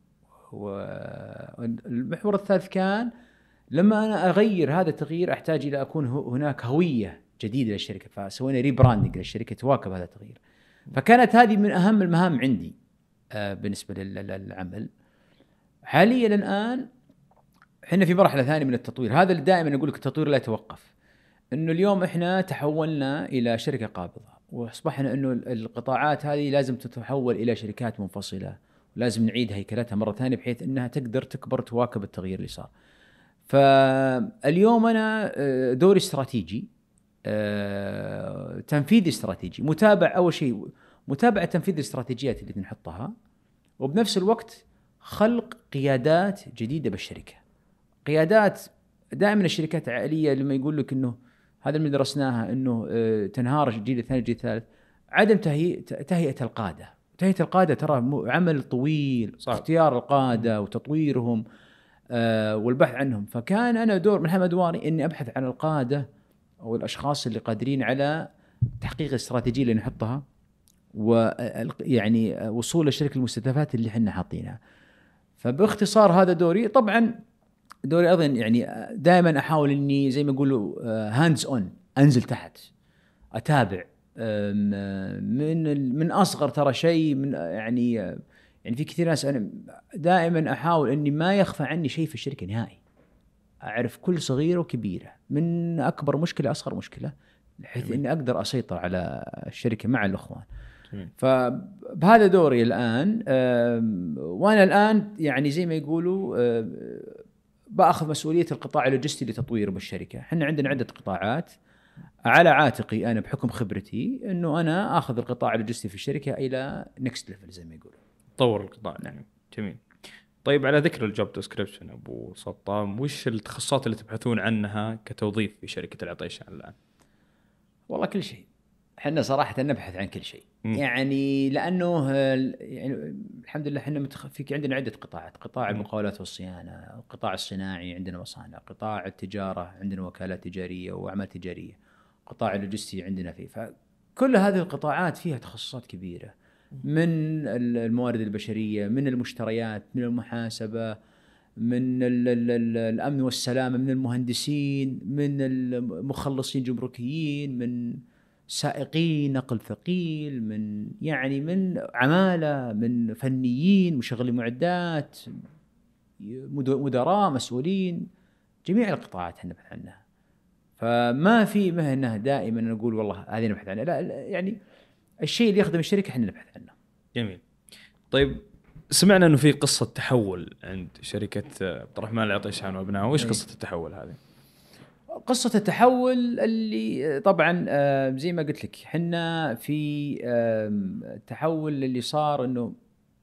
والمحور الثالث كان لما انا اغير هذا التغيير احتاج الى اكون هناك هويه جديده للشركه، فسوينا ريبراندنج للشركه تواكب هذا التغيير. فكانت هذه من أهم المهام عندي بالنسبة للعمل. حاليا الآن إحنا في مرحلة ثانية من التطوير. هذا اللي دائما أقول لك التطوير لا يتوقف. إنه اليوم إحنا تحولنا إلى شركة قابضة، وأصبحنا إنه القطاعات هذه لازم تتحول إلى شركات منفصلة، ولازم نعيد هيكلتها مرة ثانية بحيث إنها تقدر تكبر تواكب التغيير اللي صار. فاليوم أنا دوري استراتيجي، تنفيذ استراتيجي، أول شيء متابعة تنفيذ الاستراتيجيات اللي نحطها، وبنفس الوقت خلق قيادات جديدة بالشركة. قيادات دائما الشركات العائلية لما يقول لك إنه هذا اللي درسناها إنه تنهار الجيل الثاني الجيل الثالث، عدم تهيئة القادة. تهيئة القادة ترى عمل طويل، صعب. اختيار القادة وتطويرهم والبحث عنهم. فكان أنا دور من محمد واري إني أبحث عن القادة أو الأشخاص اللي قادرين على تحقيق الاستراتيجية اللي نحطها، ويعني وصول الشركة للمستهدفات اللي احنا حاطينها. فباختصار هذا دوري. طبعا دوري أيضا يعني دائما أحاول إني زي ما يقولوا هاندز أون، أنزل تحت أتابع من أصغر ترى شيء من يعني في كثير ناس. أنا دائما أحاول إني ما يخفى عني شيء في الشركة نهائي، أعرف كل صغيرة وكبيرة من أكبر مشكلة أصغر مشكلة، بحيث إني أقدر أسيطر على الشركة مع الأخوان. فبهذا دوري الآن. وأنا الآن يعني زي ما يقولوا بأخذ مسؤولية القطاع اللوجستي لتطوير بالشركة. إحنا عندنا عدة قطاعات على عاتقي أنا بحكم خبرتي، إنه أنا أخذ القطاع اللوجستي في الشركة إلى next level زي ما يقولوا، طور القطاع. يعني جميل. طيب على ذكر الجوب ديسكريبشن أبو سطام، وش التخصصات اللي تبحثون عنها كتوظيف في شركة العطيشان الآن؟ والله كل شيء. احنا صراحة نبحث عن كل شيء. يعني لأنه يعني الحمد لله احنا عندنا عدة قطاعات: قطاع المقاولات والصيانة، القطاع الصناعي عندنا مصانع، قطاع التجارة عندنا وكالات تجارية وأعمال تجارية، قطاع اللوجستي عندنا فيه. فكل هذه القطاعات فيها تخصصات كبيرة، من الموارد البشرية، من المشتريات، من المحاسبة، من الأمن والسلامة، من المهندسين، من المخلصين جمركيين، من سائقين نقل ثقيل، من يعني من عمالة، من فنيين، مشغلين معدات، مدراء، مسؤولين، جميع القطاعات احنا نبحث عنها. فما في مهنة دائما نقول والله هذه نبحث عنها، لا يعني الشيء اللي يخدم الشركة احنا نبحث عنه. جميل. طيب سمعنا انه في قصة تحول عند شركة عبد الرحمن العطيشان وابنائه، وش قصة التحول هذه؟ قصة التحول اللي طبعا زي ما قلت لك حنا في التحول اللي صار انه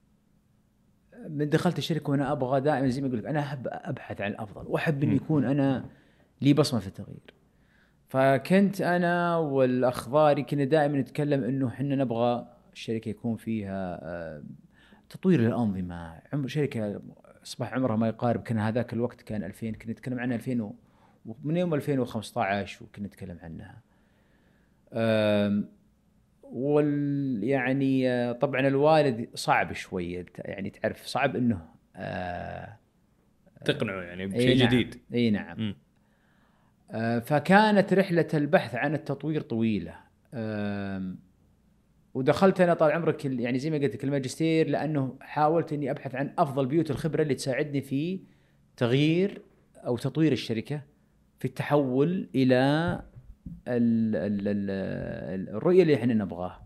من دخلت الشركة وانا ابغى دائما زي ما قلت لك انا احب ابحث عن الافضل، واحب ان يكون انا لي بصمة في التغيير. فكنت انا والاخ ضاري كنا دائما نتكلم انه حنا نبغى الشركة يكون فيها تطوير الأنظمة. شركة أصبح عمرها ما يقارب، كان هذاك الوقت كان 2000، كنا نتكلم عنها 2000 ومن يوم 2015 وكنا نتكلم عنها. يعني طبعا الوالد صعب شوية، يعني تعرف صعب إنه تقنعه يعني بشيء جديد. أي نعم. فكانت رحلة البحث عن التطوير طويلة. ودخلت أنا طال عمرك يعني زي ما قلت لك الماجستير، لأنه حاولت إني أبحث عن أفضل بيوت الخبرة اللي تساعدني في تغيير أو تطوير الشركة في التحول إلى الرؤية اللي إحنا نبغاها.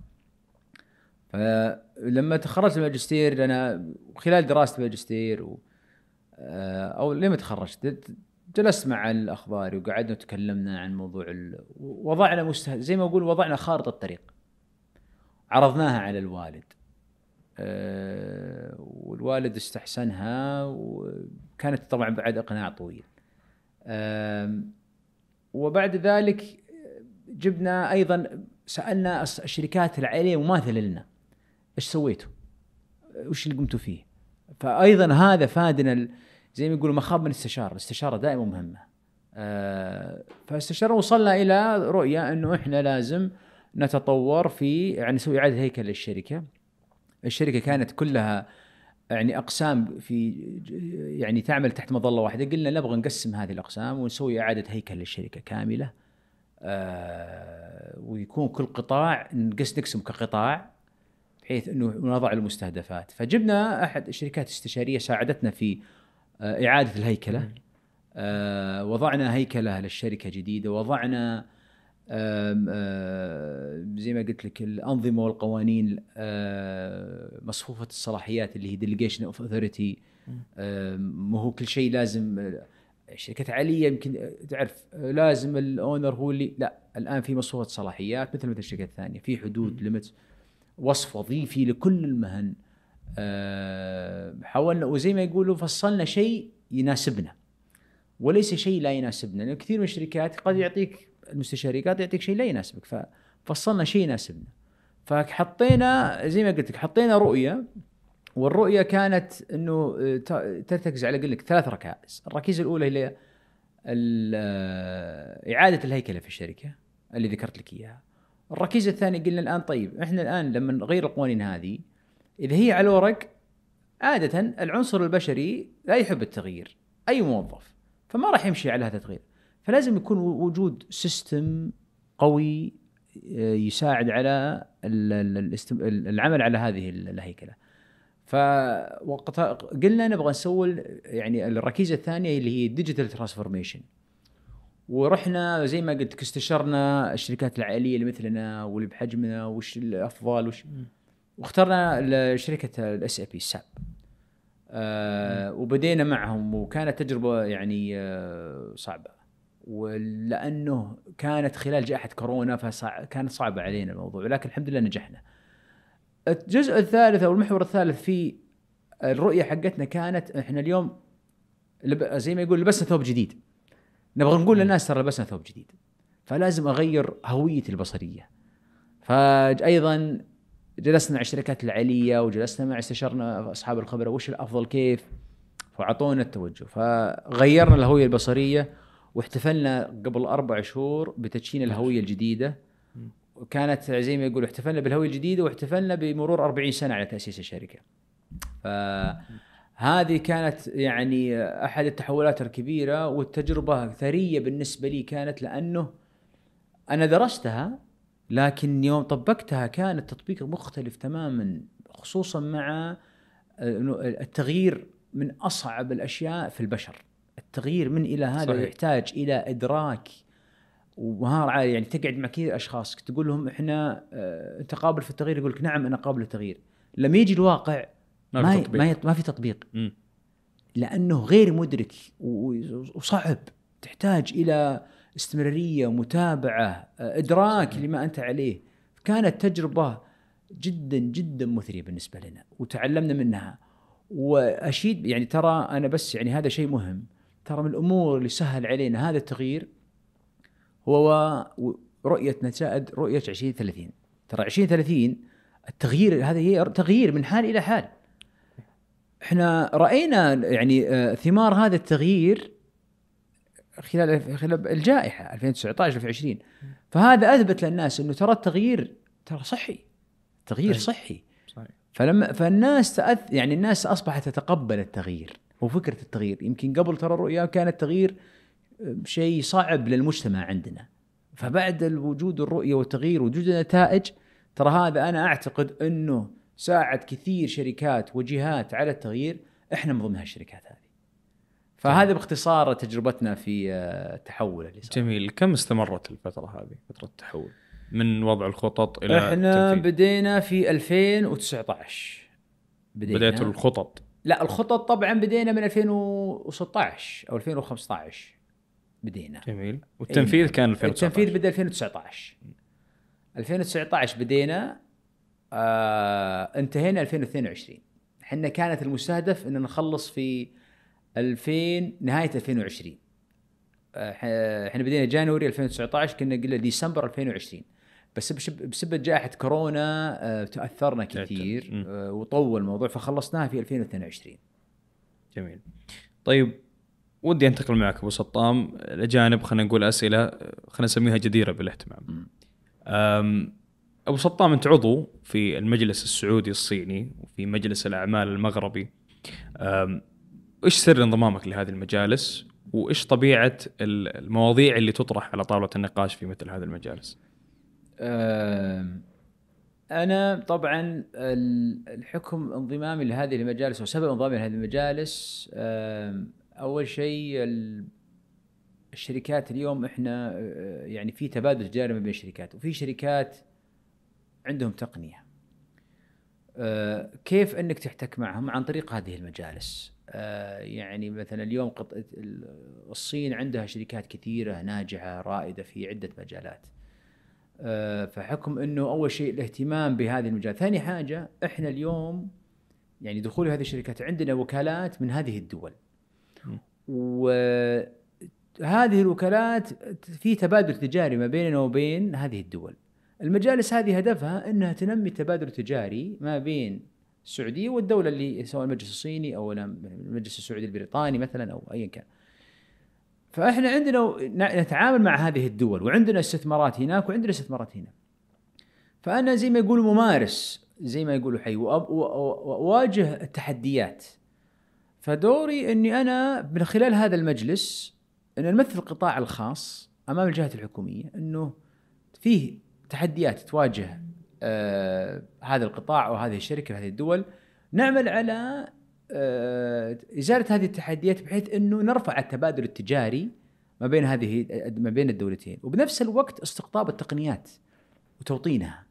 فلما تخرجت الماجستير أنا خلال دراسة الماجستير أو لما تخرجت جلست مع الأخبار وقعدنا وتكلمنا عن موضوع وضعنا زي ما أقول وضعنا خارطة الطريق، عرضناها على الوالد. والوالد استحسنها، وكانت طبعا بعد إقناع طويل. وبعد ذلك جبنا أيضا سألنا الشركات العائلية مماثلة لنا إيش سويتوا، وش اللي قمتوا فيه. فأيضا هذا فادنا زي ما يقولوا مخاض من الاستشارة دائما مهمة. فاستشارة وصلنا إلى رؤية أنه إحنا لازم نتطور في يعني نسوي إعادة هيكل للشركة. الشركة كانت كلها يعني أقسام في يعني تعمل تحت مظلة واحدة. قلنا نبغى نقسم هذه الأقسام ونسوي إعادة هيكل للشركة كاملة. ويكون كل قطاع نقسم كقطاع بحيث أنه نضع المستهدفات. فجبنا أحد الشركات الاستشارية ساعدتنا في إعادة الهيكلة. وضعنا هيكلة للشركة جديدة، وضعنا زي ما قلت لك الأنظمة والقوانين، مصفوفة الصلاحيات اللي هي delegation of authority. ما هو كل شيء لازم شركة عالية يمكن تعرف لازم الأونر هو اللي، لا الآن في مصفوفة صلاحيات مثل الشركات الثانية، في حدود ليميت، وصف وظيفي لكل المهن. حاولنا وزي ما يقولوا فصلنا شيء يناسبنا وليس شيء لا يناسبنا، لأن كثير من الشركات قد يعطيك المستشاري قد يعطيك شيء لا يناسبك، ففصلنا شيء يناسبنا. فحطينا زي ما قلت لك حطينا رؤية والرؤيه كانت انه ترتكز على، اقول لك 3 ركائز. الركيزه الاولى هي اعاده الهيكله في الشركه اللي ذكرت لك اياها. الركيزه الثانيه قلنا الان طيب احنا الان لما نغير القوانين هذه، اذا هي على الورق عاده العنصر البشري لا يحب التغيير، اي موظف، فما راح يمشي على هذا التغيير. فلازم يكون وجود سيستم قوي يساعد على العمل على هذه الهيكله. فوقتها قلنا نبغى نسوي يعني الركيزه الثانيه اللي هي ديجيتال ترانسفورميشن، ورحنا زي ما قلت استشرنا الشركات العائليه اللي مثلنا واللي بحجمنا وش الافضل واخترنا شركه الاس اي بي ساب. وبدينا معهم، وكانت تجربه يعني صعبه، ولانه كانت خلال جائحه كورونا فكانت صعبه علينا الموضوع، ولكن الحمد لله نجحنا. الجزء الثالث او المحور الثالث في الرؤيه حقتنا كانت احنا اليوم زي ما يقول لبسنا ثوب جديد، نبغى نقول للناس ترى لبسنا ثوب جديد، فلازم اغير هويتي البصريه. فايضا جلسنا مع الشركات العاليه وجلسنا مع استشرنا اصحاب الخبره وش الافضل كيف، فعطونا التوجه، فغيرنا الهويه البصريه. واحتفلنا قبل 4 شهور بتدشين الهويه الجديده، وكانت زي ما يقول احتفلنا بالهويه الجديده واحتفلنا بمرور 40 سنه على تاسيس الشركه. فهذه كانت يعني احد التحولات الكبيره والتجربه ثريه بالنسبه لي كانت، لانه انا درستها لكن يوم طبقتها كان التطبيق مختلف تماما، خصوصا مع التغيير من اصعب الاشياء في البشر. التغيير من الى هذا صحيح. يحتاج الى ادراك ومهارة عالية. يعني تقعد مع كثير اشخاص تقول لهم احنا انت قابل في التغيير، يقول لك نعم انا قابل للتغيير، لما يجي الواقع ما في تطبيق لانه غير مدرك وصعب، تحتاج الى استمرارية ومتابعة ادراك لما انت عليه. كانت تجربة جدا جدا مثرية بالنسبة لنا وتعلمنا منها. واشيد يعني ترى انا بس يعني هذا شيء مهم، ترى من الامور اللي سهل علينا هذا التغيير هو رؤية نتائج رؤية 2030. ترى 2030 التغيير هذا هي تغيير من حال إلى حال. احنا رأينا يعني ثمار هذا التغيير خلال الجائحة 2019-2020. فهذا أثبت للناس إنه ترى التغيير ترى صحي، تغيير صحي. فالناس يعني الناس أصبحت تتقبل التغيير وفكرة التغيير. يمكن قبل ترى الرؤية كان التغيير شيء صعب للمجتمع عندنا، فبعد الوجود الرؤية والتغيير وجود النتائج، ترى هذا أنا أعتقد أنه ساعد كثير شركات وجهات على التغيير، إحنا من ضمنها الشركات هذه. فهذا باختصار تجربتنا في التحول اللي صار. جميل. كم استمرت الفترة هذه، فترة التحول من وضع الخطط إلى إحنا التنفيذ؟ بدينا في 2019 بداية الخطط. لا الخطط طبعا بدينا من 2016 أو 2015 بدينا. جميل. والتنفيذ كان 2019. التنفيذ بدأ 2019 بدينا، انتهينا 2022. احنا كانت المستهدف ان نخلص في نهاية 2020. احنا بدينا جانوري 2019، كنا قلنا ديسمبر 2020، بس بسبب جائحة كورونا تأثرنا كثير وطول الموضوع، فخلصناها في 2022. جميل. طيب ودي انتقل معك ابو سطام لجانب خلينا نقول اسئله خلينا نسميها جديره بالاهتمام. ابو سطام انت عضو في المجلس السعودي الصيني وفي مجلس الاعمال المغربي. ايش سر انضمامك لهذه المجالس وايش طبيعه المواضيع اللي تطرح على طاوله النقاش في مثل هذه المجالس؟ أنا طبعا الحكم انضمامي لهذه المجالس وسبب انضمامي لهذه المجالس، أول شيء الشركات اليوم إحنا يعني في تبادل تجاري ما بين الشركات، وفي شركات عندهم تقنية. كيف أنك تحتك معهم؟ عن طريق هذه المجالس. يعني مثلا اليوم الصين عندها شركات كثيرة ناجحة رائدة في عدة مجالات. فحكم أنه أول شيء الاهتمام بهذه المجالات. ثاني حاجة إحنا اليوم يعني دخول هذه الشركات عندنا وكالات من هذه الدول، وهذه الوكالات في تبادل تجاري ما بيننا وبين هذه الدول. المجالس هذه هدفها أنها تنمي التبادل التجاري ما بين السعوديه والدوله اللي سواء المجلس الصيني او المجلس السعودي البريطاني مثلا او ايا كان. فاحنا عندنا نتعامل مع هذه الدول وعندنا استثمارات هناك وعندنا استثمارات هنا. فانا زي ما يقولوا ممارس، زي ما يقولوا حي، واواجه التحديات. فدوري اني انا من خلال هذا المجلس ان نمثل القطاع الخاص امام الجهات الحكوميه انه فيه تحديات تواجه هذا القطاع او هذه الشركه هذه الدول، نعمل على ازاله هذه التحديات بحيث انه نرفع التبادل التجاري ما بين الدولتين، وبنفس الوقت استقطاب التقنيات وتوطينها.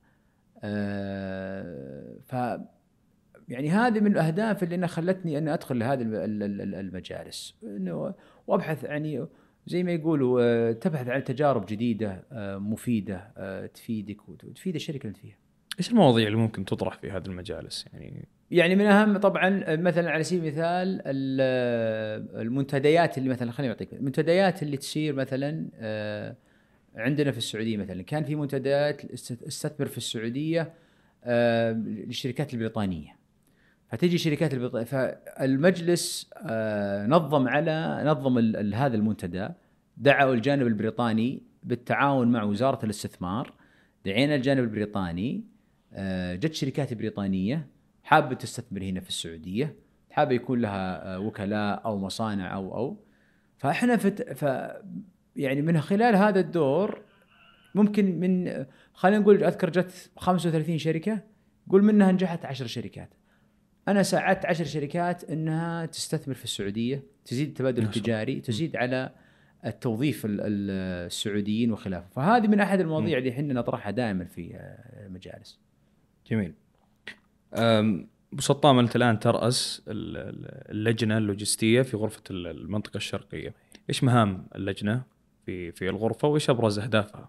ف يعني هذه من الأهداف اللي أنا خلتني أن أدخل لهذه المجالس، إنه وأبحث يعني زي ما يقولوا تبحث عن تجارب جديدة مفيدة تفيدك وتفيد الشركة اللي فيها. إيش المواضيع اللي ممكن تطرح في هذه المجالس؟ يعني من أهم طبعا مثلا على سبيل المثال المنتديات اللي مثلا خليني أعطيك المنتديات اللي تصير مثلا عندنا في السعودية. مثلا كان في منتديات استثمر في السعودية للشركات البريطانية، فتيجي شركات البريطانية، فالمجلس نظم هذا المنتدى، دعوا الجانب البريطاني بالتعاون مع وزارة الاستثمار، دعينا الجانب البريطاني، جت شركات بريطانية حابة تستثمر هنا في السعودية، حابة يكون لها وكلاء أو مصانع أو فإحنا يعني من خلال هذا الدور ممكن من خلينا نقول أذكر جت 35 شركة، قول منها نجحت 10 شركات. أنا ساعدت 10 شركات أنها تستثمر في السعودية، تزيد التبادل التجاري، تزيد على التوظيف السعوديين وخلافه. فهذه من أحد المواضيع اللي احنا نطرحها دائما في المجالس. جميل. أبو سطام، أنت الآن ترأس اللجنة اللوجستية في غرفة المنطقة الشرقية. إيش مهام اللجنة في الغرفة وإيش أبرز أهدافها؟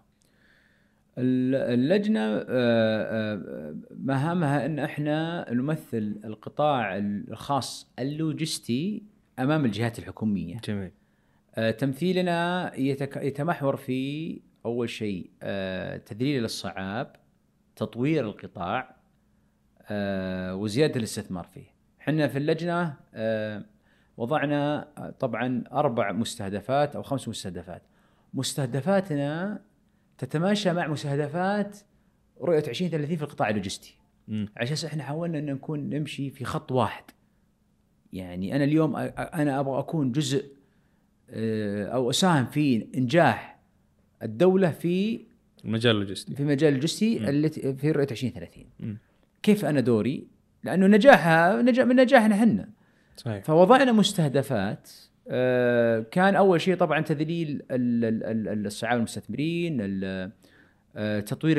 اللجنة مهامها أن احنا نمثل القطاع الخاص اللوجستي أمام الجهات الحكومية. جميل. تمثيلنا يتمحور في أول شيء تذليل الصعاب، تطوير القطاع، وزيادة الاستثمار فيه. حنا في اللجنة وضعنا طبعا 4 مستهدفات أو 5 مستهدفات. مستهدفاتنا تتماشى مع مستهدفات رؤية 2030 في القطاع اللوجستي، عشان احنا حاولنا أن نكون نمشي في خط واحد. يعني أنا اليوم أنا أبغى أكون جزء أو أساهم في إنجاح الدولة في المجال اللوجستي، في مجال اللوجستي التي في رؤية 2030. كيف أنا دوري؟ لأنه نجاحها من نجاحنا حنا. صحيح. فوضعنا مستهدفات. كان أول شيء طبعا تذليل الصعاب المستثمرين، تطوير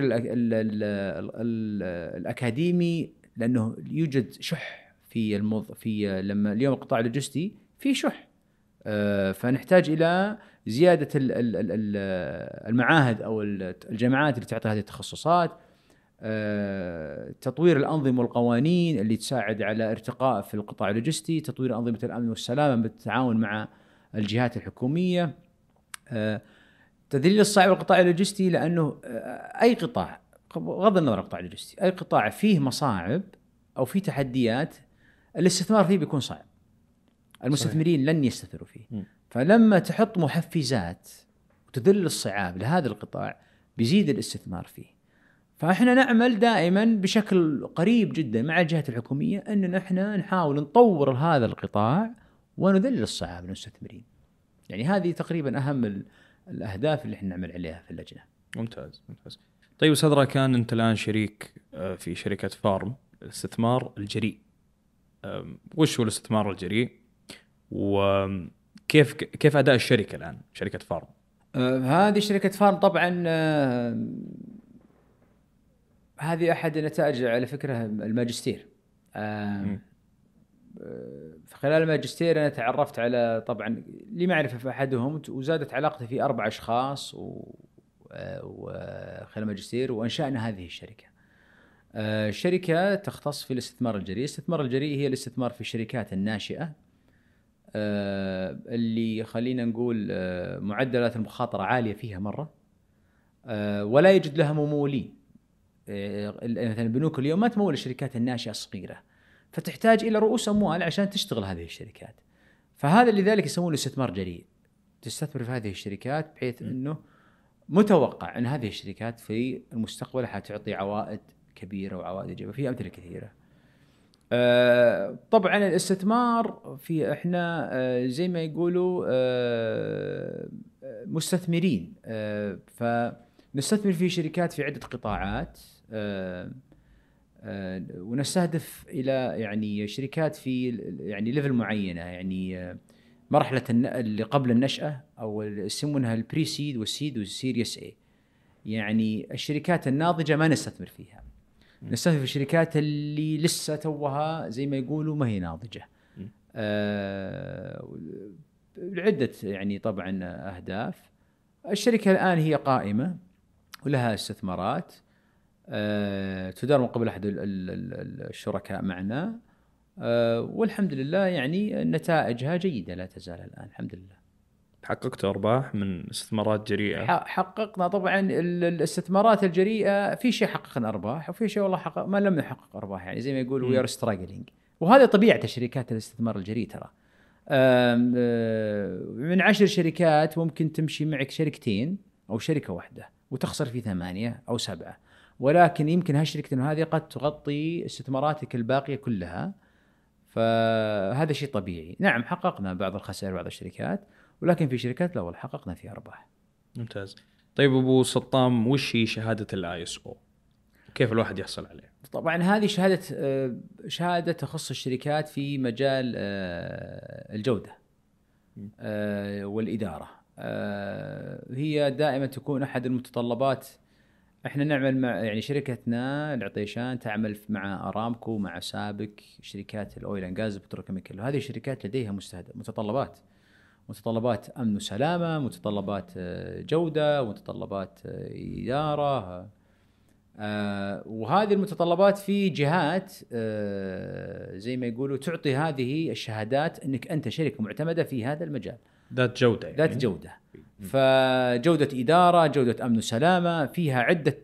الأكاديمي، لأنه يوجد شح في لما اليوم القطاع اللوجستي في شح، فنحتاج إلى زيادة المعاهد أو الجامعات اللي تعطي هذه التخصصات، تطوير الأنظمة والقوانين اللي تساعد على ارتقاء في القطاع اللوجستي، تطوير أنظمة الأمن والسلامة بالتعاون مع الجهات الحكومية، تذليل الصعاب القطاع اللوجستي، لأنه أي قطاع بغض النظر عن القطاع اللوجستي، أي قطاع فيه مصاعب أو فيه تحديات الاستثمار فيه بيكون صعب، المستثمرين لن يستثمروا فيه. فلما تحط محفزات وتذل الصعاب لهذا القطاع بيزيد الاستثمار فيه. فإحنا نعمل دائما بشكل قريب جدا مع الجهات الحكومية أن احنا نحاول نطور هذا القطاع ونذل الصعاب للمستثمرين. يعني هذه تقريبا أهم الأهداف اللي احنا نعمل عليها في اللجنة. ممتاز. طيب أستاذ راكان، أنت الآن شريك في شركة فارم الاستثمار الجريء. وش هو الاستثمار الجريء وكيف أداء الشركة الآن، شركة فارم؟ هذه شركة فارم طبعا هذه أحد نتائج على فكرة الماجستير. خلال الماجستير أنا تعرفت على طبعا لي معرفة في أحدهم، وزادت علاقتي في 4 أشخاص وخلال الماجستير، وأنشأنا هذه الشركة. الشركة تختص في الاستثمار الجريء. الاستثمار الجريء هي الاستثمار في الشركات الناشئة اللي خلينا نقول معدلات المخاطرة عالية فيها مرة، ولا يوجد لها ممولين. مثلا البنوك اليوم ما تمول الشركات الناشئة الصغيرة، فتحتاج الى رؤوس اموال عشان تشتغل هذه الشركات. فهذا لذلك يسمونه استثمار جريء، تستثمر في هذه الشركات بحيث انه متوقع ان هذه الشركات في المستقبل حتعطي عوائد كبيره وعوائد ايجابيه. في امثله كثيره. طبعا الاستثمار في احنا زي ما يقولوا مستثمرين، فنستثمر في شركات في عده قطاعات، ونستهدف الى يعني شركات في يعني ليفل معينه، يعني مرحله اللي قبل النشاه او يسمونها البري سيد والسيد والسيريس اي. يعني الشركات الناضجه ما نستثمر فيها، نستثمر في الشركات اللي لسه توها زي ما يقولوا ما هي ناضجه. لعده يعني طبعا اهداف. الشركه الان هي قائمه ولها استثمارات تدار من قبل احد الشركاء معنا، والحمد لله يعني نتائجها جيده لا تزال الان الحمد لله. حققت ارباح من استثمارات جريئه؟ حققنا طبعا الاستثمارات الجريئه، في شيء حققنا ارباح وفي شيء والله ما لم نحقق ارباح، يعني زي ما يقولوا وي ار ستراجلينج. وهذا طبيعه الشركات الاستثمار الجريء ترى. من 10 شركات ممكن تمشي معك شركتين او شركه واحده وتخسر في 8 أو 7، ولكن يمكن هالشركة هذه قد تغطي استثماراتك الباقية كلها. فهذا شيء طبيعي. نعم حققنا بعض الخسائر بعض الشركات، ولكن في شركات لا والله حققنا فيها أرباح. ممتاز. طيب أبو سطام، وش هي شهادة ISO؟ كيف الواحد يحصل عليها؟ طبعا هذه شهادة تخص الشركات في مجال الجودة والإدارة. هي دائما تكون أحد المتطلبات. احنا نعمل مع يعني شركتنا العطيشان تعمل مع ارامكو مع سابك، شركات الاويل اند غاز بتروكيميكال، وهذه الشركات لديها متطلبات امن وسلامه، متطلبات جوده، متطلبات اداره. وهذه المتطلبات في جهات زي ما يقولوا تعطي هذه الشهادات انك انت شركه معتمده في هذا المجال، ذات جوده يعني. ذات جوده. فجودة إدارة، جودة أمن وسلامة، فيها عدة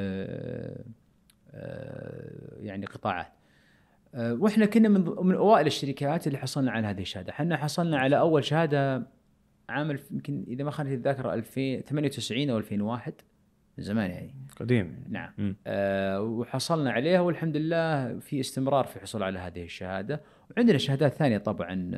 يعني قطاعات. وإحنا كنا من أوائل الشركات اللي حصلنا على هذه الشهادة. حنا حصلنا على أول شهادة عام يمكن إذا ما خانت الذاكرة 2098 أو 2001، من زمان يعني قديم. نعم. وحصلنا عليها والحمد لله في استمرار في الحصول على هذه الشهادة. وعندنا شهادات ثانية طبعا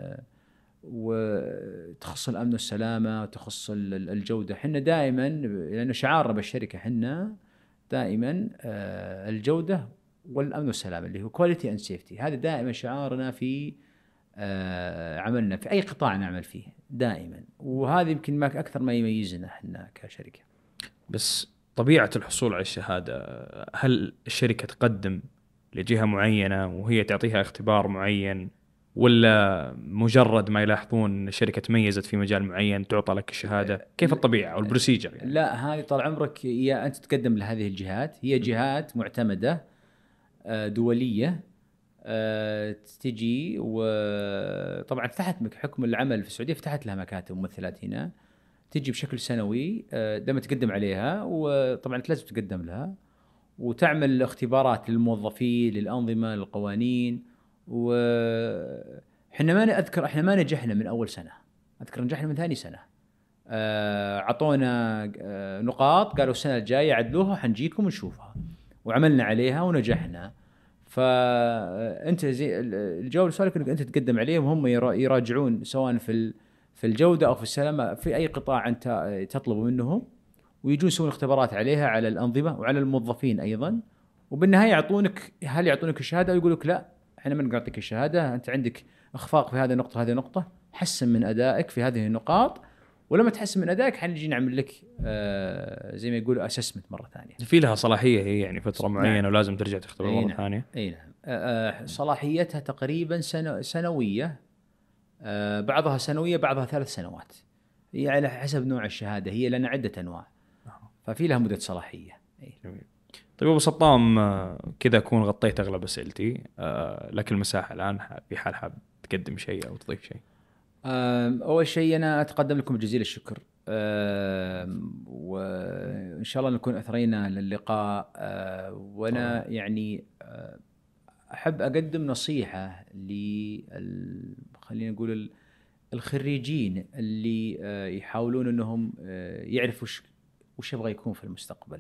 وتخص الأمن والسلامة وتخص الجودة. حنا دائما لأنه شعارنا بالشركة حنا دائما الجودة والأمن والسلامة اللي هو quality and safety. هذا دائما شعارنا في عملنا في أي قطاع نعمل فيه دائما، وهذا يمكن ما أكثر ما يميزنا حنا كشركة. بس طبيعة الحصول على الشهادة، هل الشركة تقدم لجهة معينة وهي تعطيها اختبار معين، ولا مجرد ما يلاحظون الشركة تميزت في مجال معين تعطى لك الشهادة؟ كيف الطبيعة أو البروسيجر يعني؟ لا، هذه طال عمرك يا أنت تقدم لهذه الجهات، هي جهات معتمدة دولية تجي. وطبعا فتحت حكم العمل في السعودية فتحت لها مكاتب وممثلات هنا، تجي بشكل سنوي لما تقدم عليها، وطبعا لازم تقدم لها وتعمل اختبارات للموظفين للأنظمة للقوانين. وحنا ما أذكر احنا ما نجحنا من أول سنة، أذكر نجحنا من ثاني سنة. عطونا نقاط قالوا السنة الجاية عدلوها حنجيكم ونشوفها، وعملنا عليها ونجحنا. فأنت زي الجواب لسؤالك انك انت تقدم عليهم، هم يراجعون سواء في الجودة أو في السلامة في أي قطاع أنت تطلب منهم، ويجون يسوون اختبارات عليها على الأنظمة وعلى الموظفين أيضا. وبالنهاية يعطونك الشهادة ويقولك لا احنا ما نعطيك الشهادة، أنت عندك إخفاق في هذه النقطة هذه النقطة، حسن من أدائك في هذه النقاط، ولما تحسن من أدائك حنجي نعمل لك زي ما يقولوا أسسمنت مرة ثانية. في لها صلاحية هي يعني فترة معينة نعم. ولازم ترجع تختبر مرة نعم. ثانية؟ أي نعم. صلاحيتها تقريبا سنوية، بعضها سنوية بعضها 3 سنوات، هي على حسب نوع الشهادة، هي لنا عدة أنواع ففي لها مدة صلاحية. جميل. طيب أبو سطام، كذا أكون غطيت أغلب أسئلتي، لك المساحة الآن في حال حاب تقدم شيء أو تضيف شيء. أول شيء أنا أتقدم لكم جزيل الشكر، وإن شاء الله نكون أثرينا للقاء. وأنا يعني أحب أقدم نصيحة خلينا نقول الخريجين اللي يحاولون أنهم يعرفوا وش يبغى يكون في المستقبل.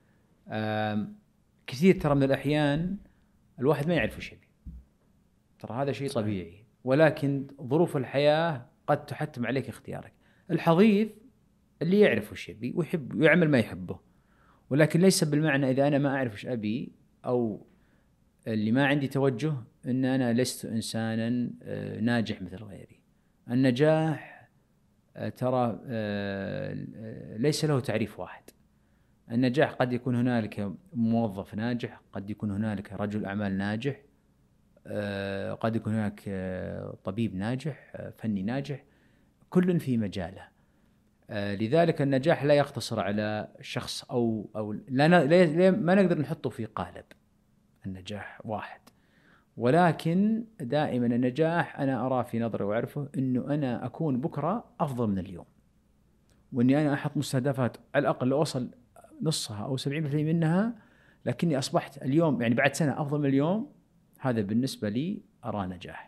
كثير ترى من الأحيان الواحد ما يعرف وش يبي، ترى هذا شيء طبيعي، ولكن ظروف الحياة قد تحتم عليك اختيارك. الحظيظ اللي يعرف وش يبي ويحب ويعمل ما يحبه، ولكن ليس بالمعنى إذا أنا ما أعرف وش أبي أو اللي ما عندي توجه أن أنا لست إنسانا ناجح مثل غيري. النجاح ترى ليس له تعريف واحد. النجاح قد يكون هنالك موظف ناجح، قد يكون هنالك رجل أعمال ناجح، قد يكون هناك طبيب ناجح، فني ناجح، كل في مجاله. لذلك النجاح لا يقتصر على شخص أو ما نقدر نحطه في قالب. النجاح واحد، ولكن دائما النجاح أنا أرى في نظري وأعرفه أنه أنا أكون بكرة أفضل من اليوم، وأني أنا أحط مستهدفات على الأقل لو أوصل نصها أو 70% منها، لكني أصبحت اليوم يعني بعد سنة أفضل من اليوم، هذا بالنسبة لي أرى نجاح.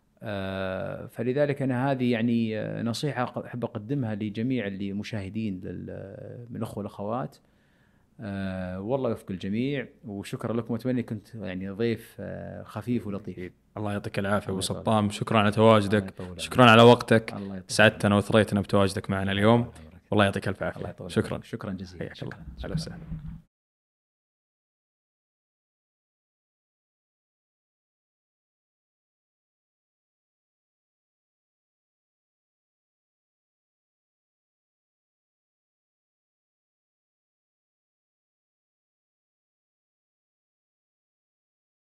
فلذلك أنا هذه يعني نصيحة أحب أقدمها لجميع اللي مشاهدين من الأخوة والأخوات. والله يوفق الجميع، وشكرا لكم، وأتمنى كنت يعني ضيف خفيف ولطيف. الله يعطيك العافية أبو سطام، شكرا على تواجدك، شكرا على وقتك، سعدتنا وثريتنا بتواجدك معنا اليوم. والله يعطيك الف عافية. شكرا جزيلا. حياك الله. أهلا وسهلا.